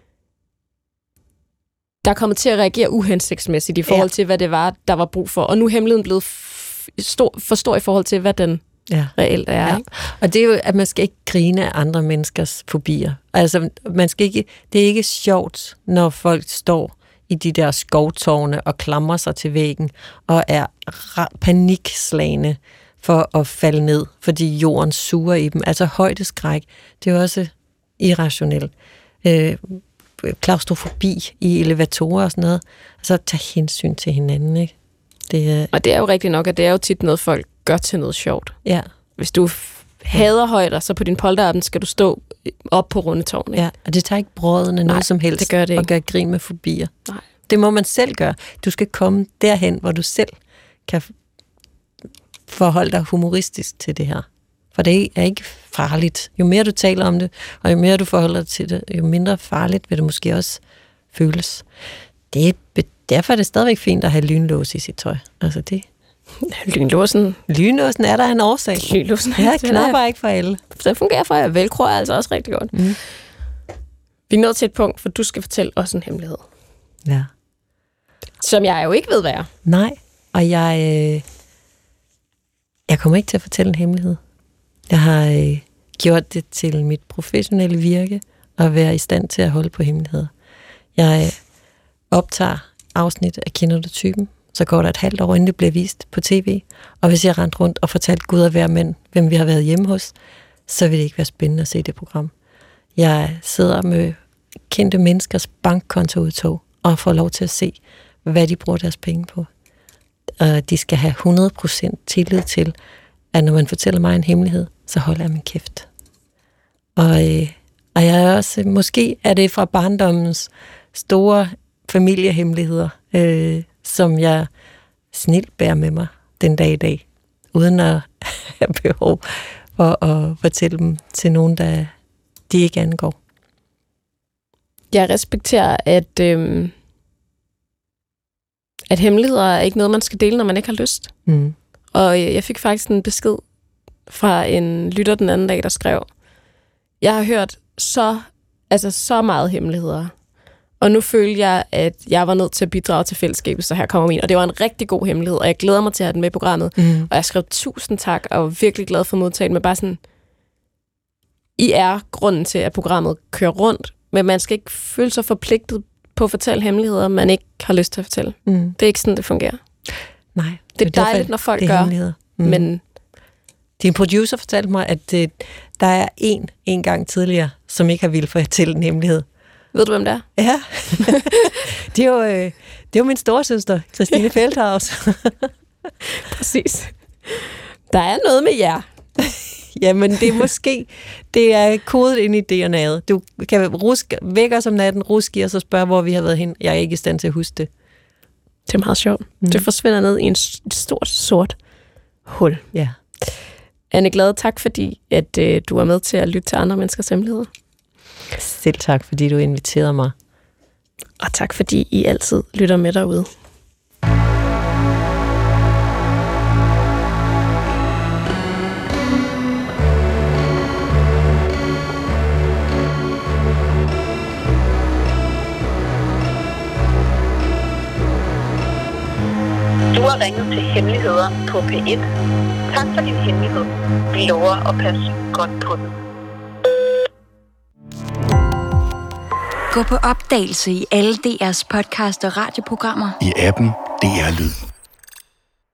S4: der er kommet til at reagere uhensigtsmæssigt i forhold til, hvad det var, der var brug for. Og nu er hemmeligheden blevet for stor i forhold til, hvad den reelt er. Ja.
S5: Og det er jo, at man skal ikke grine af andre menneskers fobier. Altså, det er ikke sjovt, når folk står i de der skovtårne og klamrer sig til væggen og er panikslagne for at falde ned, fordi jorden suger i dem. Altså højdeskræk, det er jo også irrationelt. Klaustrofobi i elevatorer og sådan noget. Altså tage hensyn til hinanden, ikke?
S4: Og det er jo rigtigt nok, at det er jo tit noget, folk gør til noget sjovt.
S5: Ja.
S4: Hvis du hader højder, så på din polterappen skal du stå op på rundetårn.
S5: Ja, og det tager ikke brødene noget som helst
S4: det gør det ikke.
S5: Og gøre grin med fobier.
S4: Nej.
S5: Det må man selv gøre. Du skal komme derhen, hvor du selv kan forholde dig humoristisk til det her. For det er ikke farligt. Jo mere du taler om det, og jo mere du forholder dig til det, jo mindre farligt vil det måske også føles. Derfor er det stadigvæk fint at have lynlås i sit tøj. Altså det.
S4: Lynlåsen
S5: er der en årsag.
S4: Lynlåsen
S5: knapper ikke for alle.
S4: Det fungerer for jer. Velcro er altså også rigtig godt. Vi er nået til et punkt, for du skal fortælle os en hemmelighed.
S5: Ja.
S4: Som jeg jo ikke ved, hvad er.
S5: Nej, og jeg kommer ikke til at fortælle en hemmelighed. Jeg har gjort det til mit professionelle virke at være i stand til at holde på hemmeligheder. Jeg optager afsnit af Kender du typen, så går der et halvt år, inden det bliver vist på tv. Og hvis jeg rent rundt og fortalt Gud og hver mænd, hvem vi har været hjemme hos, så vil det ikke være spændende at se det program. Jeg sidder med kendte menneskers bankkontoudtog og får lov til at se, hvad de bruger deres penge på. Og de skal have 100% tillid til, at når man fortæller mig en hemmelighed, så holder jeg min kæft. Og jeg er også, måske er det fra barndommens store familiehemmeligheder, som jeg snilt bærer med mig den dag i dag, uden at have behov for at fortælle dem til nogen, der de ikke angår.
S4: Jeg respekterer, at hemmeligheder er ikke noget, man skal dele, når man ikke har lyst.
S5: Mm.
S4: Og jeg fik faktisk en besked fra en lytter den anden dag, der skrev, jeg har hørt så meget hemmeligheder, og nu følte jeg, at jeg var nødt til at bidrage til fællesskabet, så her kommer min. Og det var en rigtig god hemmelighed, og jeg glæder mig til at have den med i programmet. Og jeg skrev 1000 tak, og var virkelig glad for modtagelsen, men bare sådan, I er grunden til, at programmet kører rundt, men man skal ikke føle sig forpligtet på at fortælle hemmeligheder, man ikke har lyst til at fortælle. Det er ikke sådan, det fungerer.
S5: Nej.
S4: Det er dejligt, når folk gør, men...
S5: Din producer fortalte mig, at der er en gang tidligere, som ikke har ville fortælle en hemmelighed.
S4: Ved du, hvem det er?
S5: Ja. det er jo min storesøster, Christine Feldhaus.
S4: Præcis. Der er noget med jer.
S5: Jamen, det er kodet ind i DNA'et. Du kan vække os om natten, ruske og så spørge, hvor vi har været hen. Jeg er ikke i stand til at huske det.
S4: Det er meget sjovt. Det forsvinder ned i en stort, sort hul.
S5: Ja.
S4: Anne Glade, tak fordi, at du er med til at lytte til andre menneskers hemmeligheder.
S5: Selv tak, fordi du inviterede mig.
S4: Og tak fordi I altid lytter med derude.
S2: Du har ringet til Hemmeligheder på P1. Tak for din hemmelighed. Vi lover at passe godt på den.
S9: Gå på opdagelse i alle DR's podcast og radioprogrammer.
S10: I appen DR Lyd.